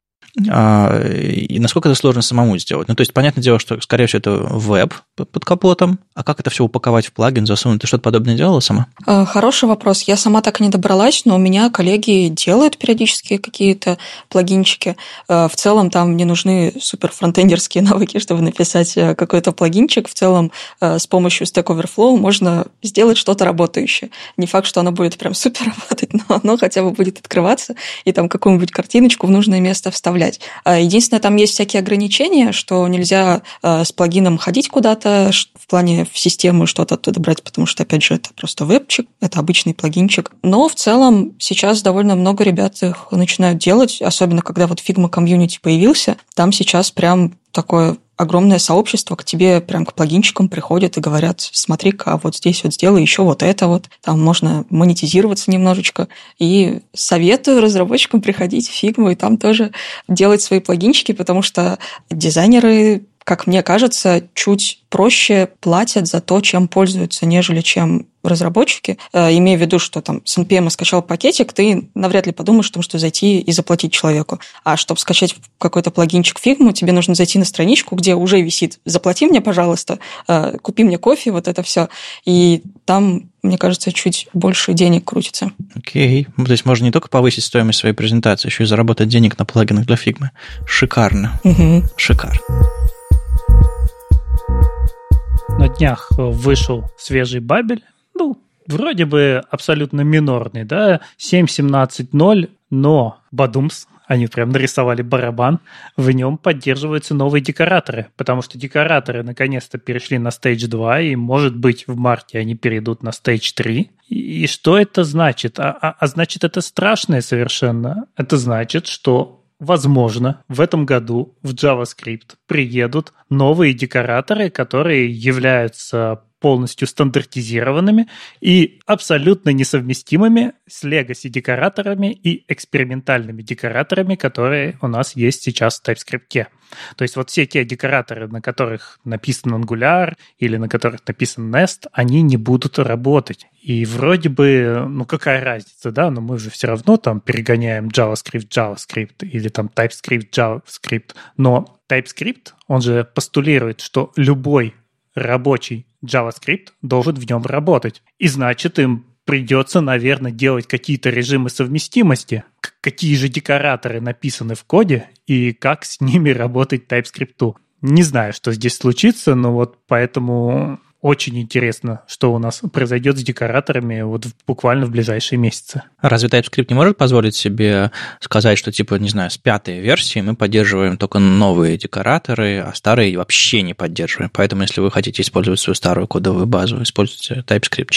И насколько это сложно самому сделать? Ну, то есть, понятное дело, что, скорее всего, это веб под капотом, а как это все упаковать в плагин, засунуть? Ты что-то подобное делала сама? Хороший вопрос. Я сама так и не добралась, но у меня коллеги делают периодически какие-то плагинчики. В целом, там не нужны супер фронтендерские навыки, чтобы написать какой-то плагинчик. В целом, с помощью Stack Overflow можно сделать что-то работающее. Не факт, что оно будет прям супер работать, но оно хотя бы будет открываться и там какую-нибудь картиночку в нужное место вставлять. Единственное, там есть всякие ограничения, что нельзя с плагином ходить куда-то, в плане в систему что-то оттуда брать, потому что, опять же, это просто вебчик, это обычный плагинчик. Но в целом сейчас довольно много ребят их начинают делать, особенно когда вот Figma Community появился, там сейчас прям такое огромное сообщество к тебе прям к плагинчикам приходят и говорят, смотри-ка, вот здесь вот сделай еще вот это вот, там можно монетизироваться немножечко. И советую разработчикам приходить в Figma и там тоже делать свои плагинчики, потому что дизайнеры, как мне кажется, чуть проще платят за то, чем пользуются, нежели чем разработчики. Имея в виду, что там с NPM скачал пакетик, ты навряд ли подумаешь о том, что зайти и заплатить человеку. А чтобы скачать какой-то плагинчик Figma, тебе нужно зайти на страничку, где уже висит «Заплати мне, пожалуйста», «Купи мне кофе», вот это все. И там, мне кажется, чуть больше денег крутится. Окей. То есть можно не только повысить стоимость своей презентации, еще и заработать денег на плагинах для Figma. Шикарно. Шикарно. На днях вышел свежий бабель, вроде бы абсолютно минорный, да, 7.17.0, но бадумс, они прям нарисовали барабан, в нем поддерживаются новые декораторы, потому что декораторы наконец-то перешли на Stage 2, и, может быть, в марте они перейдут на Stage 3. И что это значит? Значит, это страшное совершенно. Это значит, что возможно, в этом году в JavaScript приедут новые декораторы, которые являются полностью стандартизированными и абсолютно несовместимыми с legacy-декораторами и экспериментальными декораторами, которые у нас есть сейчас в TypeScript. То есть вот все те декораторы, на которых написан Angular или на которых написан Nest, они не будут работать. И вроде бы, какая разница, да, но мы же все равно там перегоняем JavaScript или там TypeScript. Но TypeScript, он же постулирует, что любой рабочий JavaScript должен в нем работать. И значит, им придется, наверное, делать какие-то режимы совместимости, какие же декораторы написаны в коде и как с ними работать TypeScript. Не знаю, что здесь случится, но вот поэтому очень интересно, что у нас произойдет с декораторами вот буквально в ближайшие месяцы. Разве TypeScript не может позволить себе сказать, что, типа, не знаю, с 5-й версии мы поддерживаем только новые декораторы, а старые вообще не поддерживаем. Поэтому, если вы хотите использовать свою старую кодовую базу, используйте TypeScript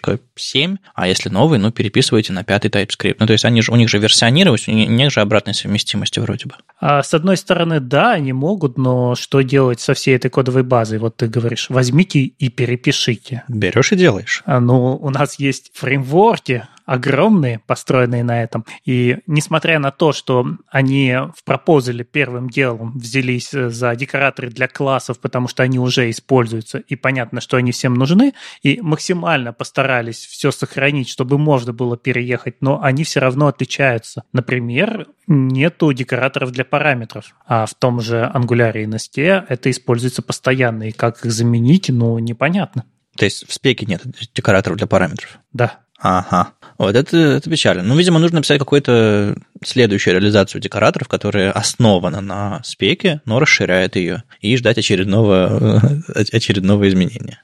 4.7, а если новый, переписывайте на 5-й TypeScript. То есть у них же версионировать, у них же обратной совместимости вроде бы. С одной стороны, да, они могут, но что делать со всей этой кодовой базой? Вот ты говоришь, возьмите и перепишите. Берешь и делаешь. У нас есть фреймворки огромные, построенные на этом. И несмотря на то, что они в пропозале первым делом взялись за декораторы для классов, потому что они уже используются, и понятно, что они всем нужны, и максимально постарались все сохранить, чтобы можно было переехать, но они все равно отличаются. Например, нету декораторов для параметров, а в том же Angular и NST это используется постоянно, и как их заменить, непонятно. То есть в спеке нет декораторов для параметров? Да. Ага. Вот это печально. Видимо, нужно написать какую-то следующую реализацию декораторов, которая основана на спеке, но расширяет ее, и ждать очередного изменения.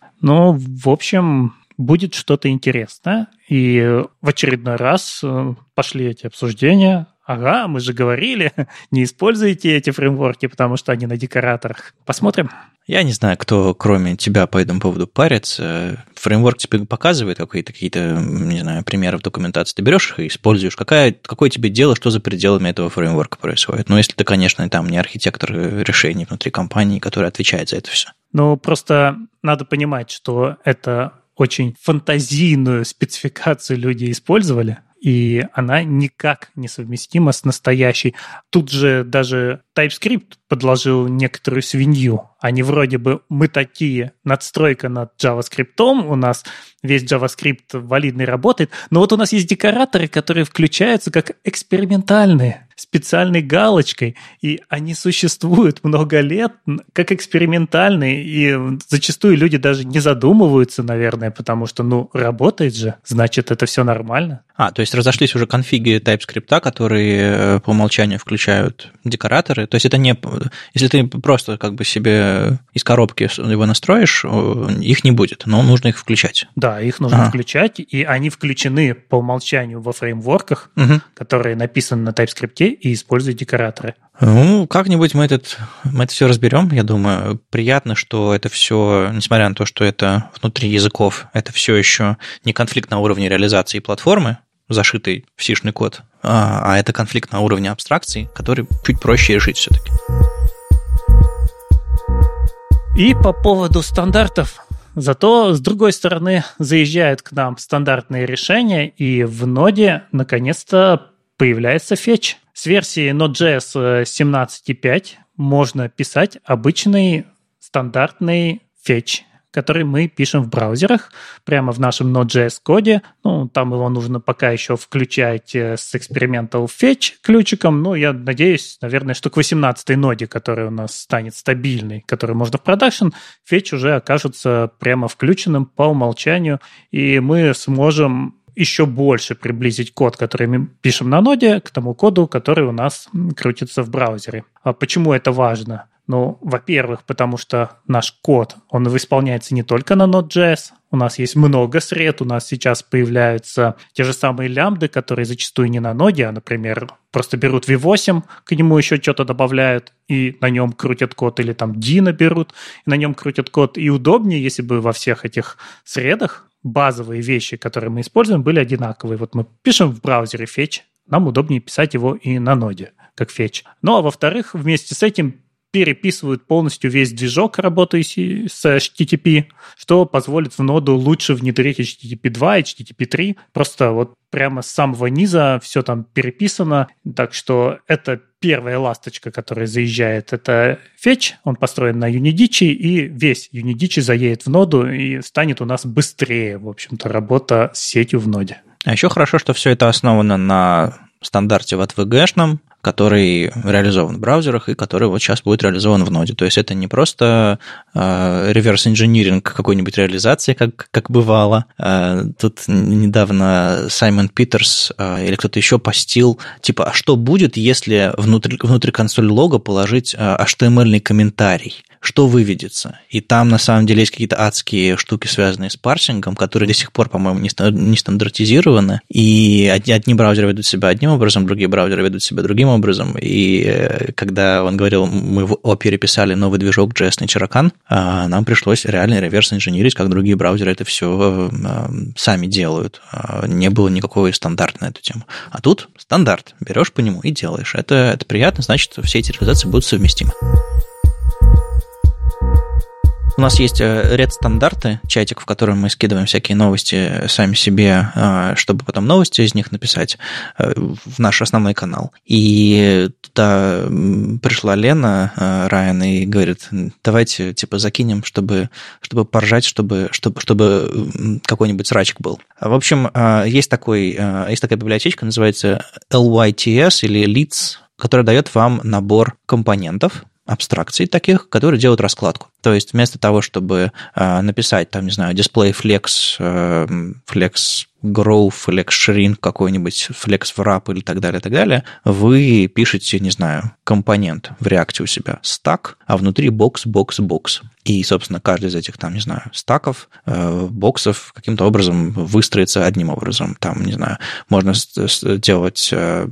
В общем, будет что-то интересное, и в очередной раз пошли эти обсуждения. Ага, мы же говорили, не используйте эти фреймворки, потому что они на декораторах. Посмотрим. Я не знаю, кто, кроме тебя, по этому поводу парится. Фреймворк тебе показывает какие-то, не знаю, примеры в документации. Ты берешь их и используешь. Какое тебе дело, что за пределами этого фреймворка происходит? Если ты, конечно, там не архитектор решений внутри компании, который отвечает за это все. Просто надо понимать, что это очень фантазийную спецификацию люди использовали, и она никак не совместима с настоящей. Тут же даже TypeScript подложил некоторую свинью. Они вроде бы, мы такие, надстройка над JavaScript, у нас весь JavaScript валидный работает, но у нас есть декораторы, которые включаются как экспериментальные, специальной галочкой, и они существуют много лет как экспериментальные, и зачастую люди даже не задумываются, наверное, потому что, работает же, значит, это все нормально. То есть разошлись уже конфиги TypeScript, которые по умолчанию включают декораторы. То есть это не... Если ты просто себе из коробки его настроишь, их не будет, но нужно их включать. Да, их нужно включать, и они включены по умолчанию во фреймворках, которые написаны на TypeScript и используют декораторы. Как-нибудь мы это все разберем, я думаю. Приятно, что это все, несмотря на то, что это внутри языков, это все еще не конфликт на уровне реализации платформы, зашитый в C-шный код, а это конфликт на уровне абстракции, который чуть проще решить все-таки. И по поводу стандартов. Зато, с другой стороны, заезжают к нам стандартные решения, и в ноде наконец-то появляется фетч. С версии Node.js 17.5 можно писать обычный стандартный фетч, который мы пишем в браузерах, прямо в нашем Node.js коде. Там его нужно пока еще включать с Experimental Fetch ключиком. Я надеюсь, наверное, что к 18-й ноде, которая у нас станет стабильной, которую можно в продакшн, фетч уже окажется прямо включенным по умолчанию, и мы сможем еще больше приблизить код, который мы пишем на ноде, к тому коду, который у нас крутится в браузере. А почему это важно? Во-первых, потому что наш код, он исполняется не только на Node.js, у нас есть много сред, у нас сейчас появляются те же самые лямбды, которые зачастую не на ноде, а, например, просто берут V8, к нему еще что-то добавляют, и на нем крутят код, или там Dino берут, и на нем крутят код. И удобнее, если бы во всех этих средах базовые вещи, которые мы используем, были одинаковые. Мы пишем в браузере фетч, нам удобнее писать его и на ноде, как фетч. А во-вторых, вместе с этим переписывают полностью весь движок, работающий с HTTP, что позволит в ноду лучше внедрить HTTP 2, HTTP 3. Просто прямо с самого низа все там переписано. Так что это первая ласточка, которая заезжает. Это фетч, он построен на Unidichy, и весь Unidichy заедет в ноду и станет у нас быстрее, в общем-то, работа с сетью в ноде. А еще хорошо, что все это основано на стандарте WAT-VG-шном, который реализован в браузерах и который сейчас будет реализован в ноде. То есть это не просто реверс-инжиниринг какой-нибудь реализации, как бывало. Тут недавно Саймон Питерс или кто-то еще постил, а что будет, если внутри консоль лога положить HTML-ный комментарий? что выведется. И там, на самом деле, есть какие-то адские штуки, связанные с парсингом, которые до сих пор, по-моему, не стандартизированы. И одни браузеры ведут себя одним образом, другие браузеры ведут себя другим образом. И когда он говорил, мы переписали новый движок JS Nature нам пришлось реально реверс-инженерить, как другие браузеры это все сами делают. Не было никакого стандарта на эту тему. А тут стандарт. Берешь по нему и делаешь. Это приятно, значит, все эти реализации будут совместимы. У нас есть red-стандарты, чатик, в котором мы скидываем всякие новости сами себе, чтобы потом новости из них написать в наш основной канал. И туда пришла Лена Райан и говорит, давайте закинем, чтобы поржать, чтобы какой-нибудь срачик был. В общем, есть такая библиотечка, называется LYTS или LEADS, которая дает вам набор компонентов, абстракций таких, которые делают раскладку. То есть вместо того, чтобы написать, display flex, flex grow, flex shrink какой-нибудь, flex wrap или так далее, вы пишете, компонент в React у себя stack, а внутри box. И, собственно, каждый из этих, стаков, боксов каким-то образом выстроится одним образом. Можно сделать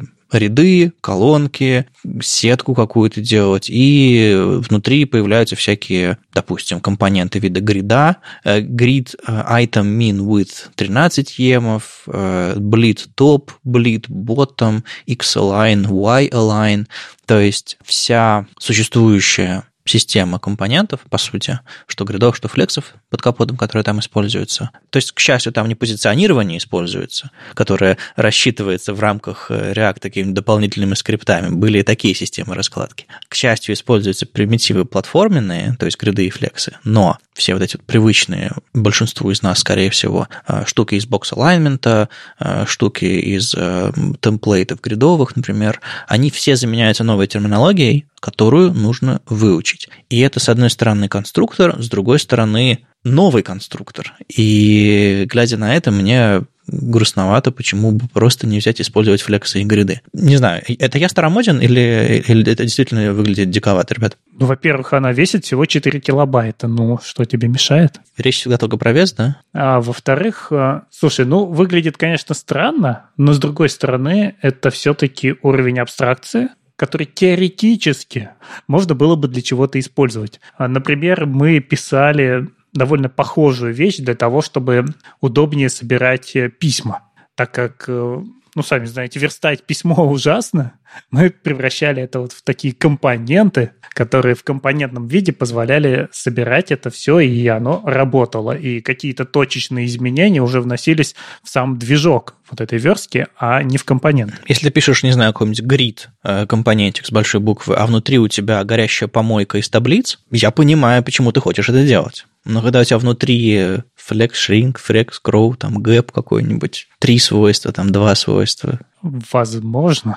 ряды, колонки, сетку какую-то делать, и внутри появляются всякие, допустим, компоненты вида грида, grid item min width 13 емов, bleed top, bleed bottom, x-align, y-align, то есть вся существующая система компонентов, по сути, что гридов, что флексов под капотом, которые там используются. То есть, к счастью, там не позиционирование используется, которое рассчитывается в рамках React такими дополнительными скриптами. Были и такие системы раскладки. К счастью, используются примитивы платформенные, то есть гриды и флексы, но все вот эти привычные большинству из нас, скорее всего, штуки из бокс-алайнмента, штуки из темплейтов гридовых, например, они все заменяются новой терминологией, которую нужно выучить. И это, с одной стороны, конструктор, с другой стороны, новый конструктор. И, глядя на это, мне грустновато, почему бы просто не взять и использовать флексы и гриды. Не знаю, это я старомоден или это действительно выглядит диковато, ребят? Во-первых, она весит всего 4 килобайта. Что тебе мешает? Речь всегда только про вес, да? А во-вторых, слушай, выглядит, конечно, странно, но, с другой стороны, это все-таки уровень абстракции, который теоретически можно было бы для чего-то использовать. Например, мы писали довольно похожую вещь для того, чтобы удобнее собирать письма. Так как, сами знаете, верстать письмо ужасно, мы превращали это в такие компоненты, которые в компонентном виде позволяли собирать это все, и оно работало. И какие-то точечные изменения уже вносились в сам движок вот этой верстки, а не в компонент. Если ты пишешь, какой-нибудь grid компонентик с большой буквы, а внутри у тебя горящая помойка из таблиц, я понимаю, почему ты хочешь это делать. Но когда у тебя внутри flex, shrink, flex, grow, gap какой-нибудь, 3 свойства, 2 свойства. Возможно.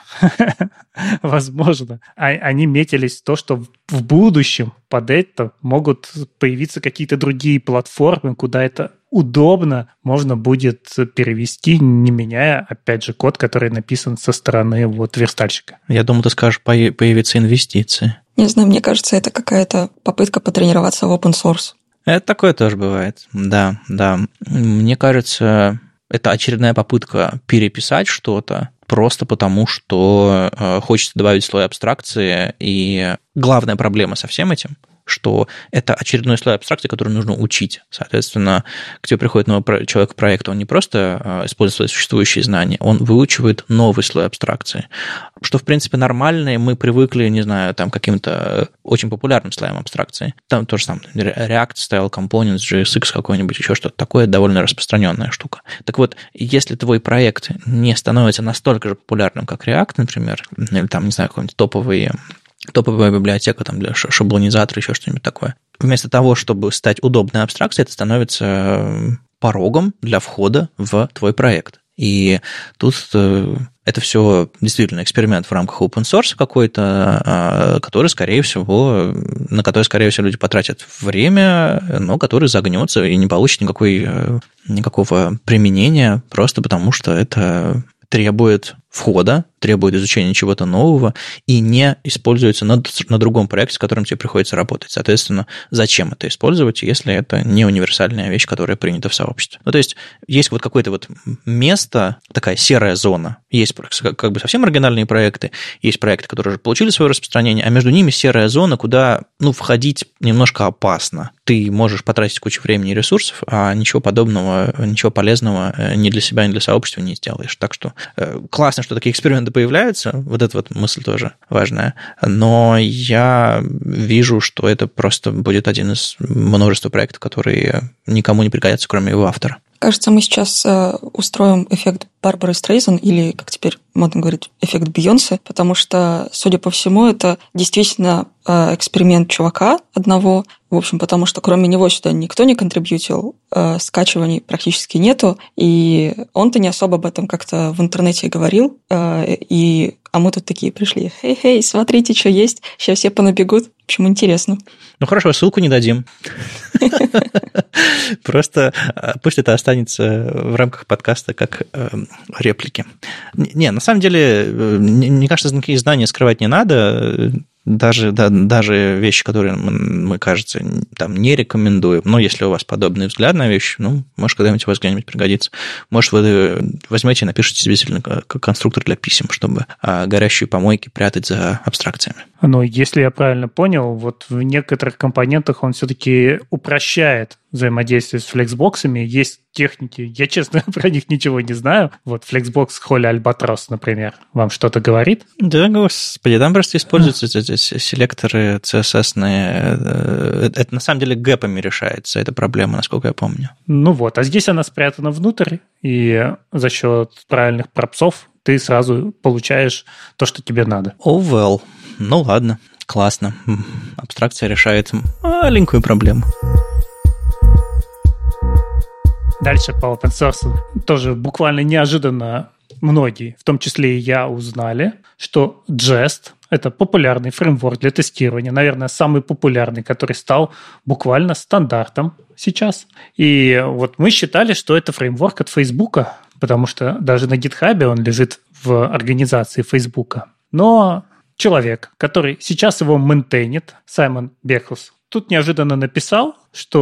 Возможно. Они метились в то, что в будущем под это могут появиться какие-то другие платформы, куда это удобно можно будет перевести, не меняя, опять же, код, который написан со стороны верстальщика. Я думал, ты скажешь, появятся инвестиции. Не знаю, мне кажется, это какая-то попытка потренироваться в open source. Это такое тоже бывает, да. Мне кажется, это очередная попытка переписать что-то просто потому, что хочется добавить слой абстракции, и главная проблема со всем этим, что это очередной слой абстракции, который нужно учить. Соответственно, к тебе приходит новый человек в проект, он не просто использует свои существующие знания, он выучивает новый слой абстракции. Что, в принципе, нормально, и мы привыкли, к каким-то очень популярным слоям абстракции. Там тоже React, Style Components, JSX какой-нибудь, еще что-то такое, довольно распространенная штука. Так вот, если твой проект не становится настолько же популярным, как React, например, или какой-нибудь топовая библиотека для шаблонизатора, еще что-нибудь такое. Вместо того, чтобы стать удобной абстракцией, это становится порогом для входа в твой проект. И тут это все действительно эксперимент в рамках open source какой-то, на который, скорее всего, люди потратят время, но который загнется и не получит никакого применения, просто потому что это требует входа, требует изучения чего-то нового и не используется на другом проекте, с которым тебе приходится работать. Соответственно, зачем это использовать, если это не универсальная вещь, которая принята в сообществе? Ну, то есть вот какое-то вот место, такая серая зона. Есть как бы совсем оригинальные проекты, есть проекты, которые уже получили свое распространение, а между ними серая зона, куда, входить немножко опасно. Ты можешь потратить кучу времени и ресурсов, а ничего подобного, ничего полезного ни для себя, ни для сообщества не сделаешь. Так что классно, что такие эксперименты появляются, вот эта вот мысль тоже важная, но я вижу, что это просто будет один из множества проектов, которые никому не пригодятся, кроме его автора. Кажется, мы сейчас устроим эффект Барбары Стрейзен, или, как теперь модно говорить, эффект Бейонсе, потому что, судя по всему, это действительно эксперимент чувака одного, в общем, потому что кроме него сюда никто не контрибьютил, скачиваний практически нету, и он-то не особо об этом как-то в интернете говорил, а мы тут такие пришли, хей-хей, смотрите, что есть, сейчас все понабегут. В общем, интересно. Ну хорошо, ссылку не дадим. Просто пусть это останется в рамках подкаста как реплики. Не, на самом деле, мне кажется, никакие знания скрывать не надо. Даже вещи, которые мы, кажется, там не рекомендуем. Но если у вас подобный взгляд на вещи, может, когда-нибудь у вас где-нибудь пригодится. Может, вы возьмете и напишите действительно конструктор для писем, чтобы горящие помойки прятать за абстракциями. Но если я правильно понял, вот в некоторых компонентах он все-таки упрощает взаимодействие с флексбоксами. Есть техники, я, честно, про них ничего не знаю. Вот Flexbox Holy Albatros, например, вам что-то говорит? Да, господи, там просто используются эти селекторы CSS-ные. Это на самом деле гэпами решается, эта проблема, насколько я помню. А здесь она спрятана внутрь, и за счет правильных пропсов ты сразу получаешь то, что тебе надо. Well. Ну ладно, классно. Абстракция решает маленькую проблему. Дальше по open source тоже буквально неожиданно многие, в том числе и я, узнали, что Jest — это популярный фреймворк для тестирования, наверное, самый популярный, который стал буквально стандартом сейчас. И вот мы считали, что это фреймворк от Фейсбука, потому что даже на GitHub он лежит в организации Фейсбука. Но человек, который сейчас его мейнтейнит, Саймон Бехус, тут неожиданно написал,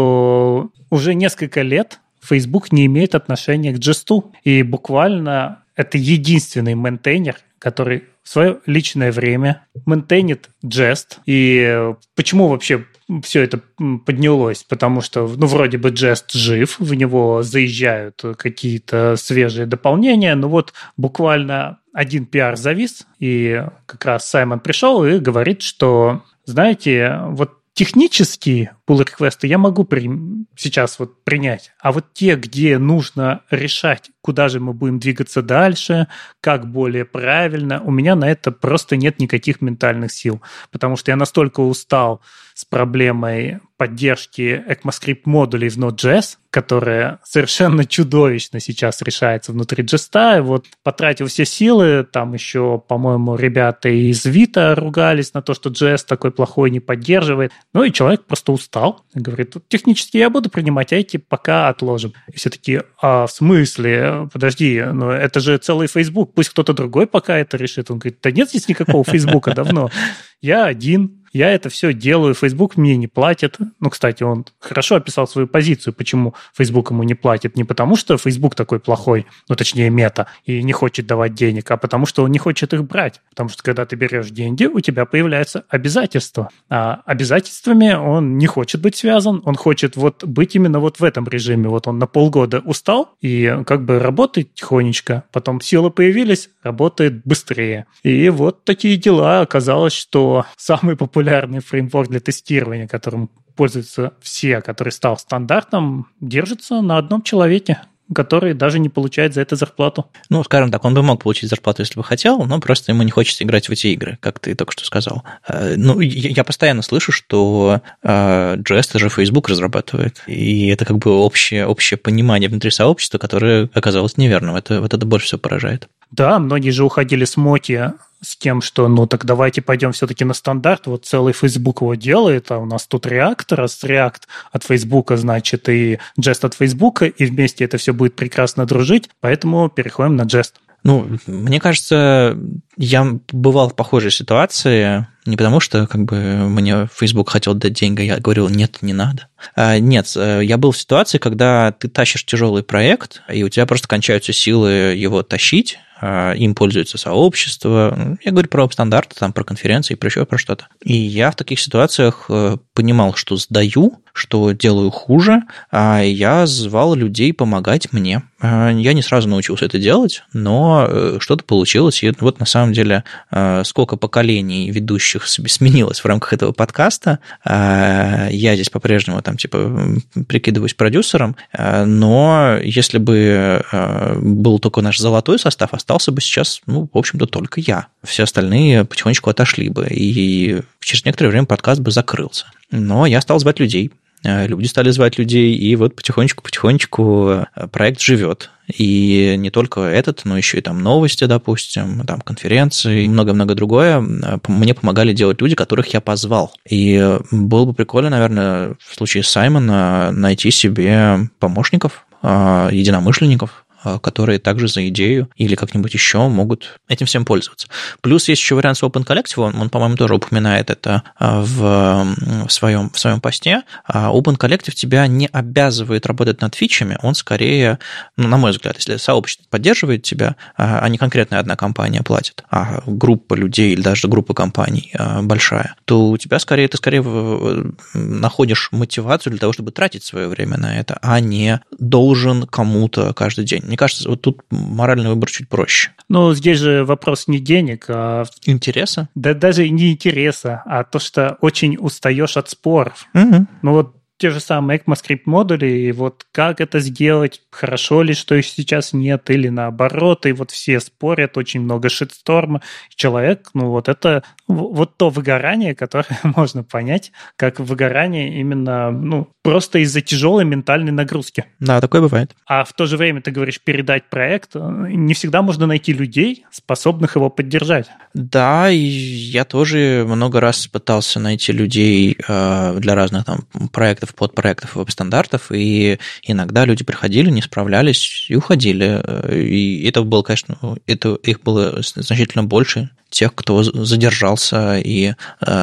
что уже несколько лет Facebook не имеет отношения к Jest, и буквально это единственный мейнтейнер, который в свое личное время мейнтейнит Jest. И почему вообще все это поднялось? Потому что, вроде бы Jest жив, в него заезжают какие-то свежие дополнения, но вот буквально один пиар завис, и как раз Саймон пришел и говорит, что, знаете, вот технические pull-реквесты я могу сейчас принять, а вот те, где нужно решать, куда же мы будем двигаться дальше, как более правильно, у меня на это просто нет никаких ментальных сил, потому что я настолько устал с проблемой поддержки ECMAScript модулей в Node.js, которая совершенно чудовищно сейчас решается внутри Jest. Вот потратил все силы, там еще, по-моему, ребята из Vita ругались на то, что JS такой плохой, не поддерживает. И человек просто устал. Говорит, технически я буду принимать, а эти пока отложим. И все такие, в смысле? Подожди, это же целый Facebook, пусть кто-то другой пока это решит. Он говорит, да нет здесь никакого Фейсбука давно. Я один. Я это все делаю, Facebook мне не платит. Кстати, он хорошо описал свою позицию, почему Facebook ему не платит. Не потому, что Facebook такой плохой, точнее, мета, и не хочет давать денег, а потому, что он не хочет их брать. Потому что, когда ты берешь деньги, у тебя появляются обязательства. А обязательствами он не хочет быть связан, он хочет быть именно в этом режиме. Вот он на полгода устал и работает тихонечко. Потом силы появились, работает быстрее. И вот такие дела. Оказалось, что самый популярный фреймворк для тестирования, которым пользуются все, который стал стандартом, держится на одном человеке, который даже не получает за это зарплату. Скажем так, он бы мог получить зарплату, если бы хотел, но просто ему не хочется играть в эти игры, как ты только что сказал. Я постоянно слышу, что Jest же Facebook разрабатывает, и это общее понимание внутри сообщества, которое оказалось неверным. Это больше всего поражает. Да, многие же уходили с Моти с тем, что так давайте пойдем все-таки на стандарт, вот целый Facebook его делает, а у нас тут React, раз React от Facebook, значит и Jest от Facebook, и вместе это все будет прекрасно дружить, поэтому переходим на Jest. Ну, мне кажется, я бывал в похожей ситуации, не потому что как бы мне Facebook хотел дать деньги, я говорил, нет, не надо. Нет, я был в ситуации, когда ты тащишь тяжелый проект, и у тебя просто кончаются силы его тащить, им пользуется сообщество. Я говорю про стандарты, там, про конференции, про еще про что-то. И я в таких ситуациях понимал, что сдаю, что делаю хуже, а я звал людей помогать мне. Я не сразу научился это делать, но что-то получилось. И вот на самом деле сколько поколений ведущих сменилось в рамках этого подкаста. Я здесь по-прежнему там типа прикидываюсь продюсером, но если бы был только наш золотой состав, остался бы сейчас, ну, в общем-то, только я. Все остальные потихонечку отошли бы, и через некоторое время подкаст бы закрылся. Но я стал звать людей. Люди стали звать людей, и вот потихонечку проект живет. И не только этот, но еще и там новости, допустим, там конференции, много-много другое. Мне помогали делать люди, которых я позвал. И было бы прикольно, наверное, в случае Саймона найти себе помощников, единомышленников, которые также за идею или как-нибудь еще могут этим всем пользоваться. Плюс есть еще вариант с Open Collective, он по-моему, тоже упоминает это в своем посте. Open Collective тебя не обязывает работать над фичами, он скорее, ну, на мой взгляд, если сообщество поддерживает тебя, а не конкретная одна компания платит, а группа людей или даже группа компаний большая, то у тебя скорее, ты скорее находишь мотивацию для того, чтобы тратить свое время на это, а не должен кому-то каждый день. Мне кажется, вот тут моральный выбор чуть проще. Ну, здесь же вопрос не денег, а... Интереса? Да даже не интереса, а то, что очень устаешь от споров. Угу. Ну вот те же самые ECMAScript модули, и вот как это сделать, хорошо ли, что их сейчас нет, или наоборот, и вот все спорят, очень много шитсторма. Человек, ну вот это вот то выгорание, которое можно понять, как выгорание именно, ну, просто из-за тяжелой ментальной нагрузки. Да, такое бывает. А в то же время, ты говоришь, передать проект, не всегда можно найти людей, способных его поддержать. Да, и я тоже много раз пытался найти людей для разных там проектов, подпроектов, веб-стандартов, и иногда люди приходили, не справлялись и уходили. И это было, конечно, их было значительно больше, тех, кто задержался и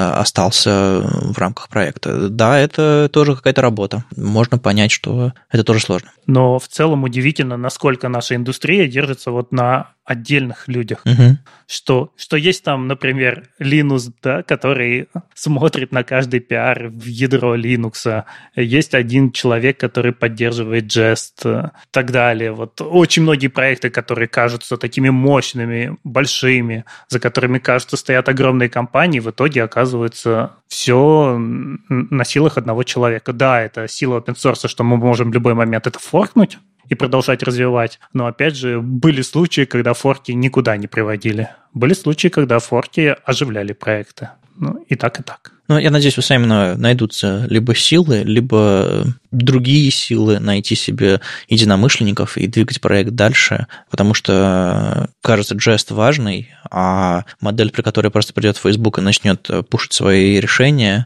остался в рамках проекта. Да, это тоже какая-то работа. Можно понять, что это тоже сложно. Но в целом удивительно, насколько наша индустрия держится вот на отдельных людях. Угу. Что есть там, например, Linux, да, который смотрит на каждый пиар в ядро Linux. Есть один человек, который поддерживает Jest и так далее. Вот очень многие проекты, которые кажутся такими мощными, большими, за которыми, кажется, стоят огромные компании, в итоге оказывается все на силах одного человека. Да, это сила open source, что мы можем в любой момент это форкнуть и продолжать развивать. Но, опять же, были случаи, когда форки никуда не приводили. Были случаи, когда форки оживляли проекты. Ну, и так, и так. Ну, я надеюсь, у Саймона найдутся либо силы, либо другие силы найти себе единомышленников и двигать проект дальше, потому что, кажется, Jest важный, а модель, при которой просто придет в Facebook и начнет пушить свои решения,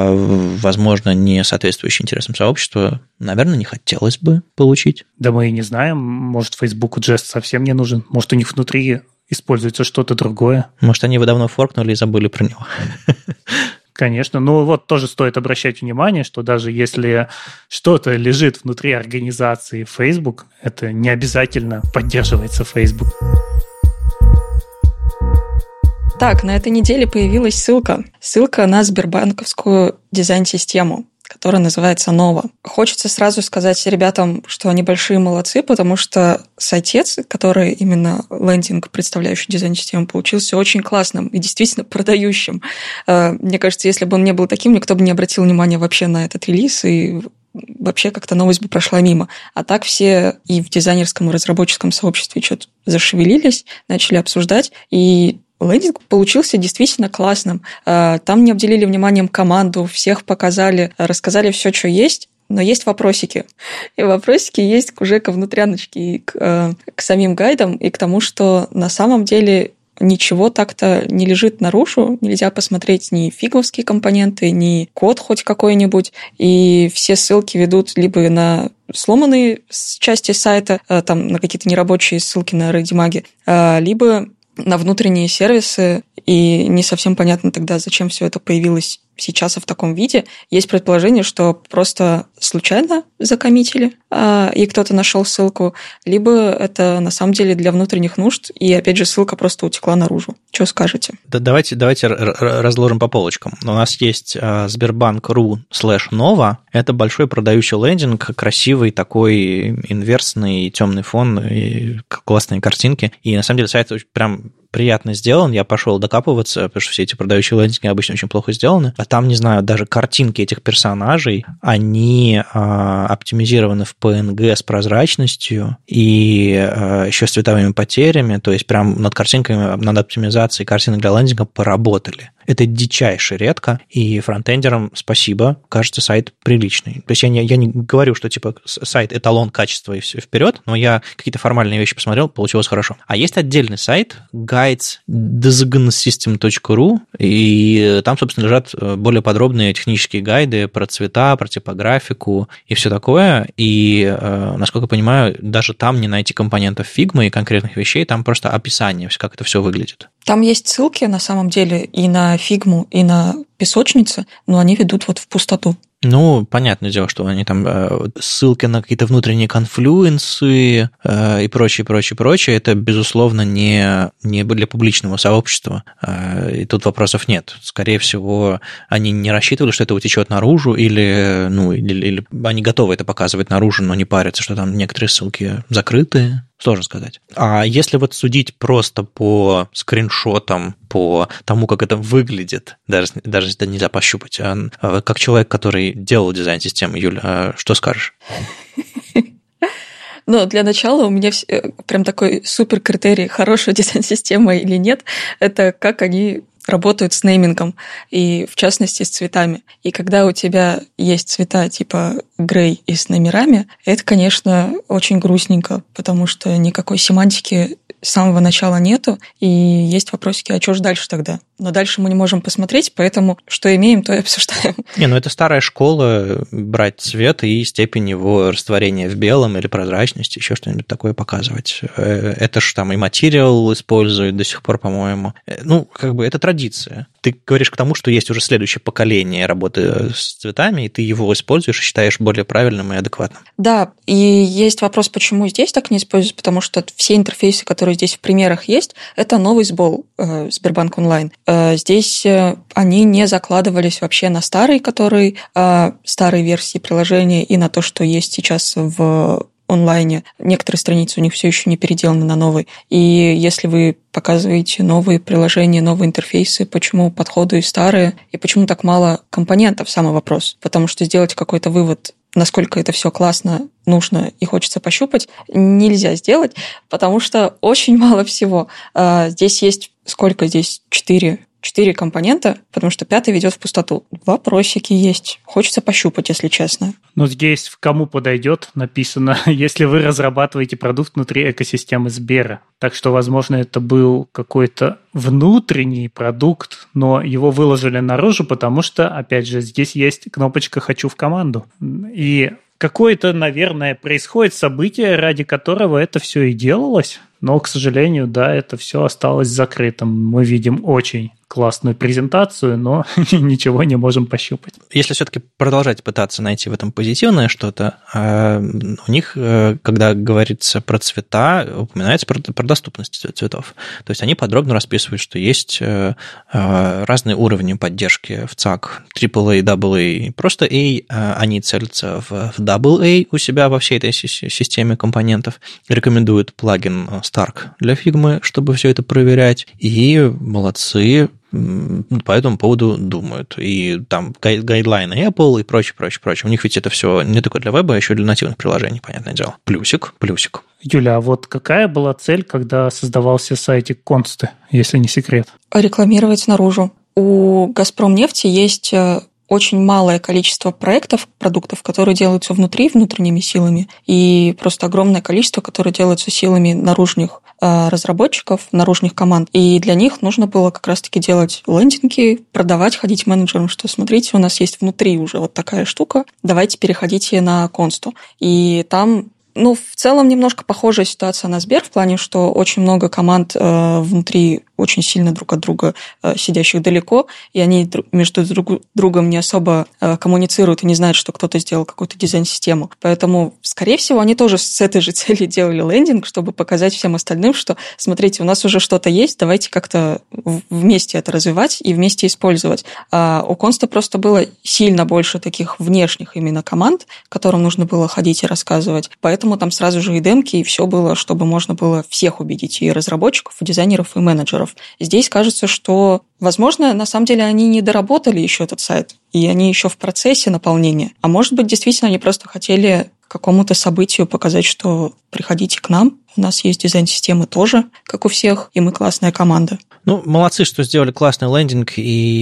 возможно, не соответствующие интересам сообщества, наверное, не хотелось бы получить. Да мы и не знаем, может, Facebook Jest совсем не нужен, может, у них внутри используется что-то другое. Может, они его давно форкнули и забыли про него. Конечно, но вот тоже стоит обращать внимание, что даже если что-то лежит внутри организации Facebook, это не обязательно поддерживается Facebook. Так, на этой неделе появилась ссылка на сбербанковскую дизайн-систему, которая называется Nova. Хочется сразу сказать ребятам, что они большие молодцы, потому что сайтец, который именно лендинг, представляющий дизайн-систему, получился очень классным и действительно продающим. Мне кажется, если бы он не был таким, никто бы не обратил внимания вообще на этот релиз, и вообще как-то новость бы прошла мимо. А так все и в дизайнерском, и разработческом сообществе что-то зашевелились, начали обсуждать, и лендинг получился действительно классным. Там не обделили вниманием команду, всех показали, рассказали все, что есть, но есть вопросики. И вопросики есть уже ко внутряночке, и к самим гайдам, и к тому, что на самом деле ничего так-то не лежит наружу, нельзя посмотреть ни фиговские компоненты, ни код хоть какой-нибудь, и все ссылки ведут либо на сломанные части сайта, там на какие-то нерабочие ссылки на ReadyMag, либо на внутренние сервисы, и не совсем понятно тогда, зачем все это появилось сейчас в таком виде. Есть предположение, что просто случайно закоммитили, и кто-то нашел ссылку, либо это на самом деле для внутренних нужд, и опять же ссылка просто утекла наружу. Что скажете? Да, давайте разложим по полочкам. У нас есть Sberbank.ru/Nova. Это большой продающий лендинг, красивый такой инверсный темный фон, и классные картинки. И на самом деле сайт прям приятно сделан, я пошел докапываться, потому что все эти продающие лендинги обычно очень плохо сделаны, а там, не знаю, даже картинки этих персонажей, они оптимизированы в PNG с прозрачностью и еще с цветовыми потерями, то есть прям над картинками, над оптимизацией картинок для лендинга поработали. Это дичайше редко, и фронтендерам спасибо, кажется, сайт приличный. То есть я не говорю, что типа сайт эталон качества и все вперед, но я какие-то формальные вещи посмотрел, получилось хорошо. А есть отдельный сайт guides.designSystem.ru, и там, собственно, лежат более подробные технические гайды про цвета, про типографику и все такое, и, насколько я понимаю, даже там не найти компонентов Figma и конкретных вещей, там просто описание, как это все выглядит. Там есть ссылки, на самом деле, и на Figma, и на песочницы, но они ведут вот в пустоту. Ну, понятное дело, что они там ссылки на какие-то внутренние конфлюенсы и прочее, это, безусловно, не для публичного сообщества, и тут вопросов нет. Скорее всего, они не рассчитывали, что это утечет наружу, или они готовы это показывать наружу, но не парятся, что там некоторые ссылки закрыты. Сложно сказать. А если вот судить просто по скриншотам, по тому, как это выглядит, даже если это нельзя пощупать, как человек, который делал дизайн-системы, Юля, что скажешь? Ну, для начала у меня прям такой супер критерий, хорошая дизайн-система или нет, это как они работают с неймингом и, в частности, с цветами. И когда у тебя есть цвета типа грей и с номерами, это, конечно, очень грустненько, потому что никакой семантики с самого начала нету, и есть вопросики, а что же дальше тогда? Но дальше мы не можем посмотреть, поэтому что имеем, то и обсуждаем. Ну это старая школа, брать цвет и степень его растворения в белом или прозрачности, еще что-нибудь такое показывать. Это же там и материал используют до сих пор, по-моему. Ну, как бы это традиция. Ты говоришь к тому, что есть уже следующее поколение работы с цветами, и ты его используешь и считаешь более правильным и адекватным. Да, и есть вопрос, почему здесь так не используют, потому что все интерфейсы, которые здесь в примерах есть, это новый сбол Сбербанк онлайн. Здесь они не закладывались вообще на старые версии приложения и на то, что есть сейчас в онлайне. Некоторые страницы у них все еще не переделаны на новый. И если вы показываете новые приложения, новые интерфейсы, почему подходы старые, и почему так мало компонентов, самый вопрос. Потому что сделать какой-то вывод, насколько это все классно, нужно и хочется пощупать, нельзя сделать, потому что очень мало всего. Здесь есть, сколько здесь? 4 компонента, потому что 5 ведет в пустоту. Вопросики есть. Хочется пощупать, если честно. Но здесь кому подойдет написано, если вы разрабатываете продукт внутри экосистемы Сбера. Так что, возможно, это был какой-то внутренний продукт, но его выложили наружу, потому что, опять же, здесь есть кнопочка «Хочу в команду». И какое-то, наверное, происходит событие, ради которого это все и делалось. Но, к сожалению, да, это все осталось закрытым. Мы видим очень классную презентацию, но ничего не можем пощупать. Если все-таки продолжать пытаться найти в этом позитивное что-то, у них, когда говорится про цвета, упоминается про доступность цветов. То есть они подробно расписывают, что есть разные уровни поддержки в ЦАК, AAA, AA, просто A, они целятся в AA у себя во всей этой системе компонентов, рекомендуют плагин Stark для Figma, чтобы все это проверять, и молодцы, по этому поводу думают. И там гайдлайны Apple и прочее. У них ведь это все не только для веба, а еще и для нативных приложений, понятное дело. Плюсик. Юля, а вот какая была цель, когда создавался сайтик Консты, если не секрет? Рекламировать наружу. У «Газпромнефти» есть очень малое количество проектов, продуктов, которые делаются внутренними силами, и просто огромное количество, которые делаются силами наружных разработчиков, наружных команд. И для них нужно было как раз-таки делать лендинги, продавать, ходить менеджерам, что смотрите, у нас есть внутри уже вот такая штука, давайте переходите на Консту. И там в целом немножко похожая ситуация на Сбер в плане, что очень много команд внутри очень сильно друг от друга сидящих далеко, и они между другом не особо коммуницируют и не знают, что кто-то сделал какую-то дизайн-систему. Поэтому, скорее всего, они тоже с этой же целью делали лендинг, чтобы показать всем остальным, что, смотрите, у нас уже что-то есть, давайте как-то вместе это развивать и вместе использовать. А у Конста просто было сильно больше таких внешних именно команд, которым нужно было ходить и рассказывать. Поэтому там сразу же и демки, и все было, чтобы можно было всех убедить, и разработчиков, и дизайнеров, и менеджеров. Здесь кажется, что, возможно, на самом деле они не доработали еще этот сайт, и они еще в процессе наполнения. А может быть, действительно, они просто хотели какому-то событию показать, что приходите к нам, у нас есть дизайн-системы тоже, как у всех, и мы классная команда. Молодцы, что сделали классный лендинг,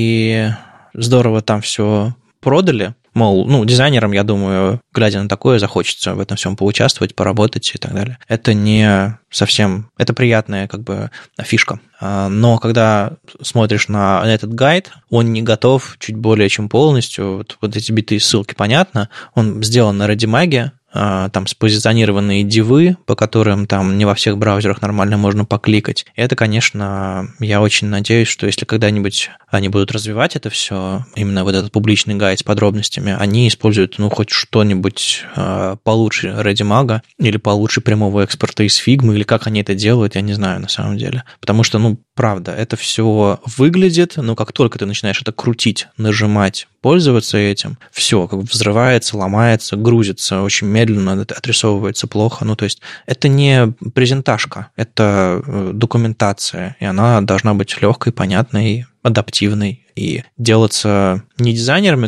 и здорово там все продали. Мол, дизайнерам, я думаю, глядя на такое, захочется в этом всем поучаствовать, поработать и так далее. Это не совсем... Это приятная фишка. Но когда смотришь на этот гайд, он не готов чуть более чем полностью. Вот эти битые ссылки, понятно. Он сделан на ReadyMag, там спозиционированные дивы, по которым там не во всех браузерах нормально можно покликать. И это, конечно, я очень надеюсь, что если когда-нибудь они будут развивать это все, именно вот этот публичный гайд с подробностями, они используют, хоть что-нибудь получше ReadyMag или получше прямого экспорта из Figma, или как они это делают, я не знаю на самом деле. Потому что, правда, это все выглядит, но как только ты начинаешь это крутить, нажимать, пользоваться этим, все взрывается, ломается, грузится очень медленно, отрисовывается плохо. То есть это не презентажка, это документация, и она должна быть легкой, понятной, адаптивной и делаться не дизайнерами,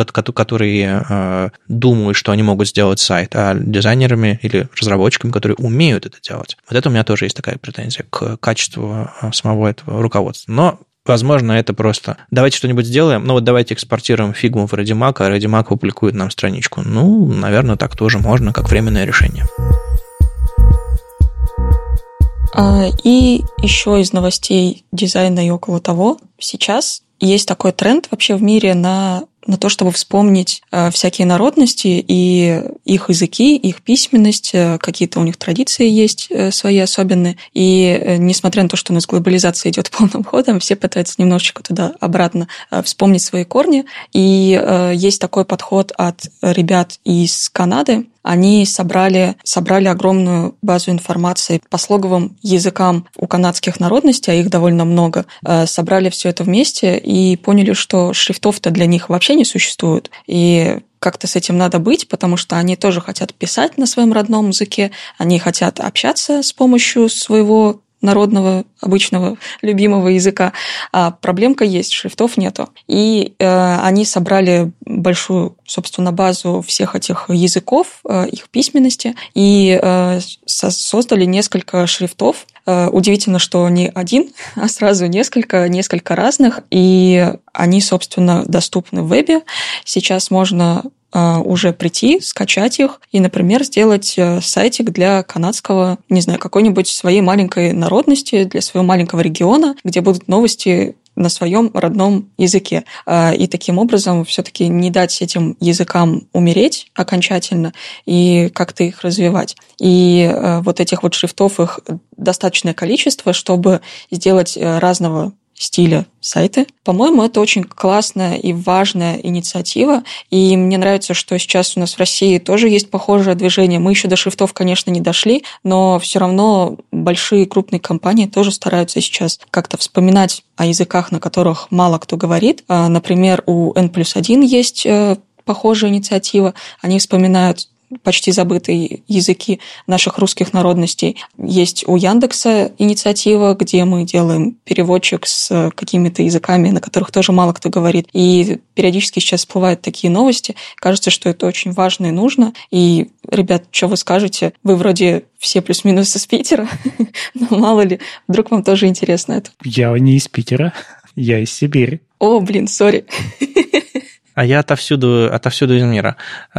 которые думают, что они могут сделать сайт, а дизайнерами или разработчиками, которые умеют это делать. Вот это у меня тоже есть такая претензия к качеству самого этого руководства. Но возможно, это просто давайте что-нибудь сделаем, давайте экспортируем Figma в ReadyMag, а ReadyMag публикует нам страничку. Наверное, так тоже можно, как временное решение. И еще из новостей дизайна и около того, сейчас есть такой тренд вообще в мире на то, чтобы вспомнить всякие народности и их языки, их письменность, какие-то у них традиции есть свои особенные. И несмотря на то, что у нас глобализация идет полным ходом, все пытаются немножечко туда обратно вспомнить свои корни. И есть такой подход от ребят из Канады. Они собрали огромную базу информации по слоговым языкам у канадских народностей, а их довольно много. Собрали все это вместе и поняли, что шрифтов-то для них вообще не существует. И как-то с этим надо быть, потому что они тоже хотят писать на своем родном языке, они хотят общаться с помощью своего народного, обычного, любимого языка. А проблемка есть, шрифтов нету. И они собрали большую, собственно, базу всех этих языков, их письменности, и создали несколько шрифтов. Удивительно, что не один, а сразу несколько разных, и они, собственно, доступны в вебе. Сейчас можно уже прийти, скачать их и, например, сделать сайтик для канадского, какой-нибудь своей маленькой народности, для своего маленького региона, где будут новости на своем родном языке. И таким образом все-таки не дать этим языкам умереть окончательно и как-то их развивать. И вот этих вот шрифтов, их достаточное количество, чтобы сделать разного стиля сайты. По-моему, это очень классная и важная инициатива, и мне нравится, что сейчас у нас в России тоже есть похожее движение. Мы еще до шрифтов, конечно, не дошли, но все равно большие крупные компании тоже стараются сейчас как-то вспоминать о языках, на которых мало кто говорит. Например, у N+1 есть похожая инициатива. Они вспоминают почти забытые языки наших русских народностей. Есть у Яндекса инициатива, где мы делаем переводчик с какими-то языками, на которых тоже мало кто говорит. И периодически сейчас всплывают такие новости. Кажется, что это очень важно и нужно. И, ребят, что вы скажете? Вы вроде все плюс-минус из Питера, но мало ли, вдруг вам тоже интересно это. Я не из Питера, я из Сибири. О, сори. А я отовсюду из мира.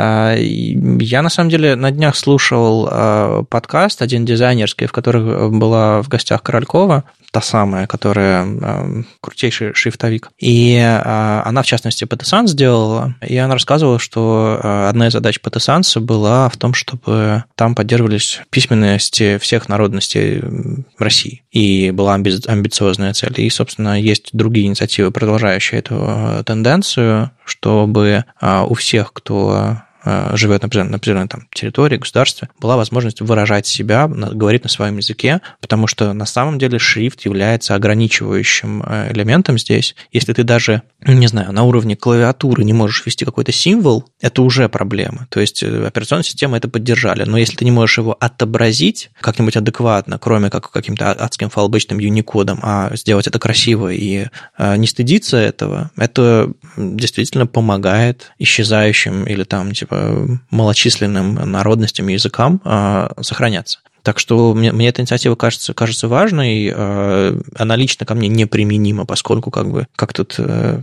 Я, на самом деле, на днях слушал подкаст один дизайнерский, в котором была в гостях Королькова, та самая, которая крутейший шрифтовик. И она, в частности, PT-Sans сделала, и она рассказывала, что одна из задач PT-Sans была в том, чтобы там поддерживались письменности всех народностей в России. И была амбициозная цель. И, собственно, есть другие инициативы, продолжающие эту тенденцию, чтобы у всех, кто живет на определенной там территории, государстве, была возможность выражать себя, говорить на своем языке, потому что на самом деле шрифт является ограничивающим элементом здесь. Если ты даже, не знаю, на уровне клавиатуры не можешь ввести какой-то символ, это уже проблема. То есть операционные системы это поддержали, но если ты не можешь его отобразить как-нибудь адекватно, кроме как каким-то адским фалбычным юникодом, а сделать это красиво и не стыдиться этого, это действительно помогает исчезающим или там типа малочисленным народностям и языкам сохраняться. Так что мне эта инициатива кажется важной, она лично ко мне неприменима, поскольку как тут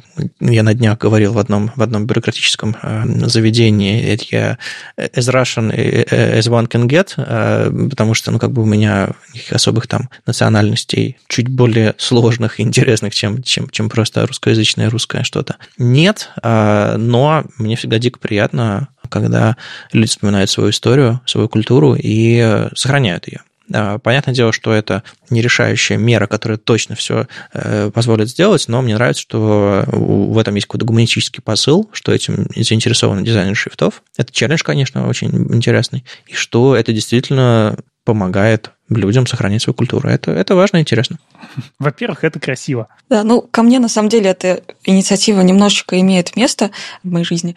я на днях говорил в одном бюрократическом заведении, я as Russian as one can get, потому что у меня особых там национальностей чуть более сложных и интересных, чем просто русскоязычное русское что-то. Нет, но мне всегда дико приятно, когда люди вспоминают свою историю, свою культуру и сохраняют ее. Понятное дело, что это не решающая мера, которая точно все позволит сделать, но мне нравится, что в этом есть какой-то гуманистический посыл, что этим заинтересованы дизайнеры шрифтов. Это челлендж, конечно, очень интересный, и что это действительно помогает людям сохранять свою культуру. Это важно и интересно. Во-первых, это красиво. Да, ко мне, на самом деле, эта инициатива немножечко имеет место в моей жизни.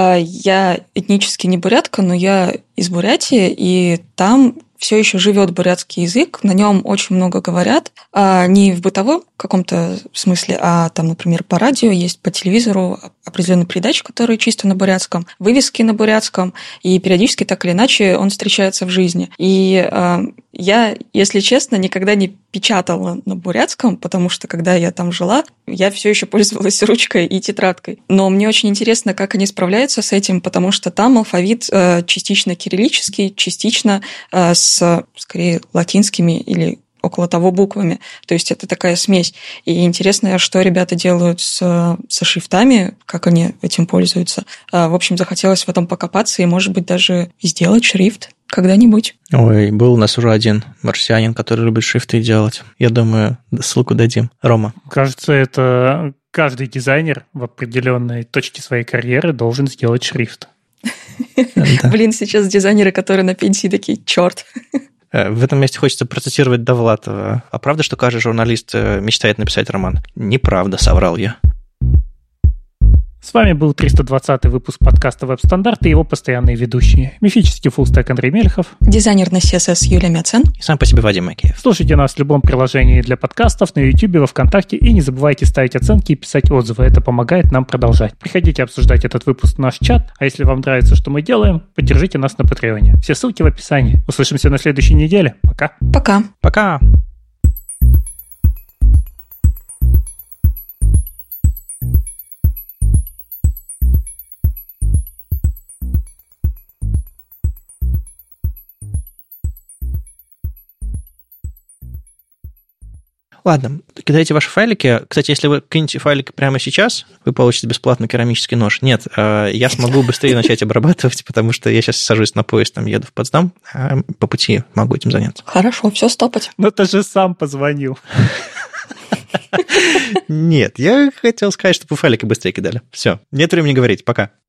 Я этнически не бурятка, но я из Бурятии, и там все еще живет бурятский язык, на нем очень много говорят, не в бытовом каком-то смысле, а там, например, по радио есть, по телевизору определенные передачи, которые чисто на бурятском, вывески на бурятском, и периодически так или иначе он встречается в жизни. И я, если честно, никогда не печатала на бурятском, потому что, когда я там жила, я все еще пользовалась ручкой и тетрадкой. Но мне очень интересно, как они справляются с этим, потому что там алфавит частично кириллический, частично с, скорее, латинскими или около того буквами. То есть это такая смесь. И интересно, что ребята делают со шрифтами, как они этим пользуются. В общем, захотелось в этом покопаться и, может быть, даже сделать шрифт когда-нибудь. Ой, был у нас уже один марсианин, который любит шрифты делать. Я думаю, ссылку дадим. Рома. Кажется, это каждый дизайнер в определенной точке своей карьеры должен сделать шрифт. Блин, сейчас дизайнеры, которые на пенсии, такие, черт. В этом месте хочется процитировать Довлатова. А правда, что каждый журналист мечтает написать роман? Неправда, соврал я. С вами был 320-й выпуск подкаста «Веб-стандарт» и его постоянные ведущие. Мифический фуллстек Андрей Мельхов. Дизайнер на CSS Юлия Мяцен. И сам по себе Вадим Макеев. Слушайте нас в любом приложении для подкастов, на YouTube, во ВКонтакте. И не забывайте ставить оценки и писать отзывы. Это помогает нам продолжать. Приходите обсуждать этот выпуск в наш чат. А если вам нравится, что мы делаем, поддержите нас на Патреоне. Все ссылки в описании. Услышимся на следующей неделе. Пока. Пока. Пока. Ладно, кидайте ваши файлики. Кстати, если вы кинете файлики прямо сейчас, вы получите бесплатно керамический нож. Нет, я смогу быстрее начать обрабатывать, потому что я сейчас сажусь на поезд, еду в Потсдам, а по пути могу этим заняться. Хорошо, все стопать. Но ты же сам позвонил. Нет, я хотел сказать, чтобы вы файлики быстрее кидали. Все, нет времени говорить, пока.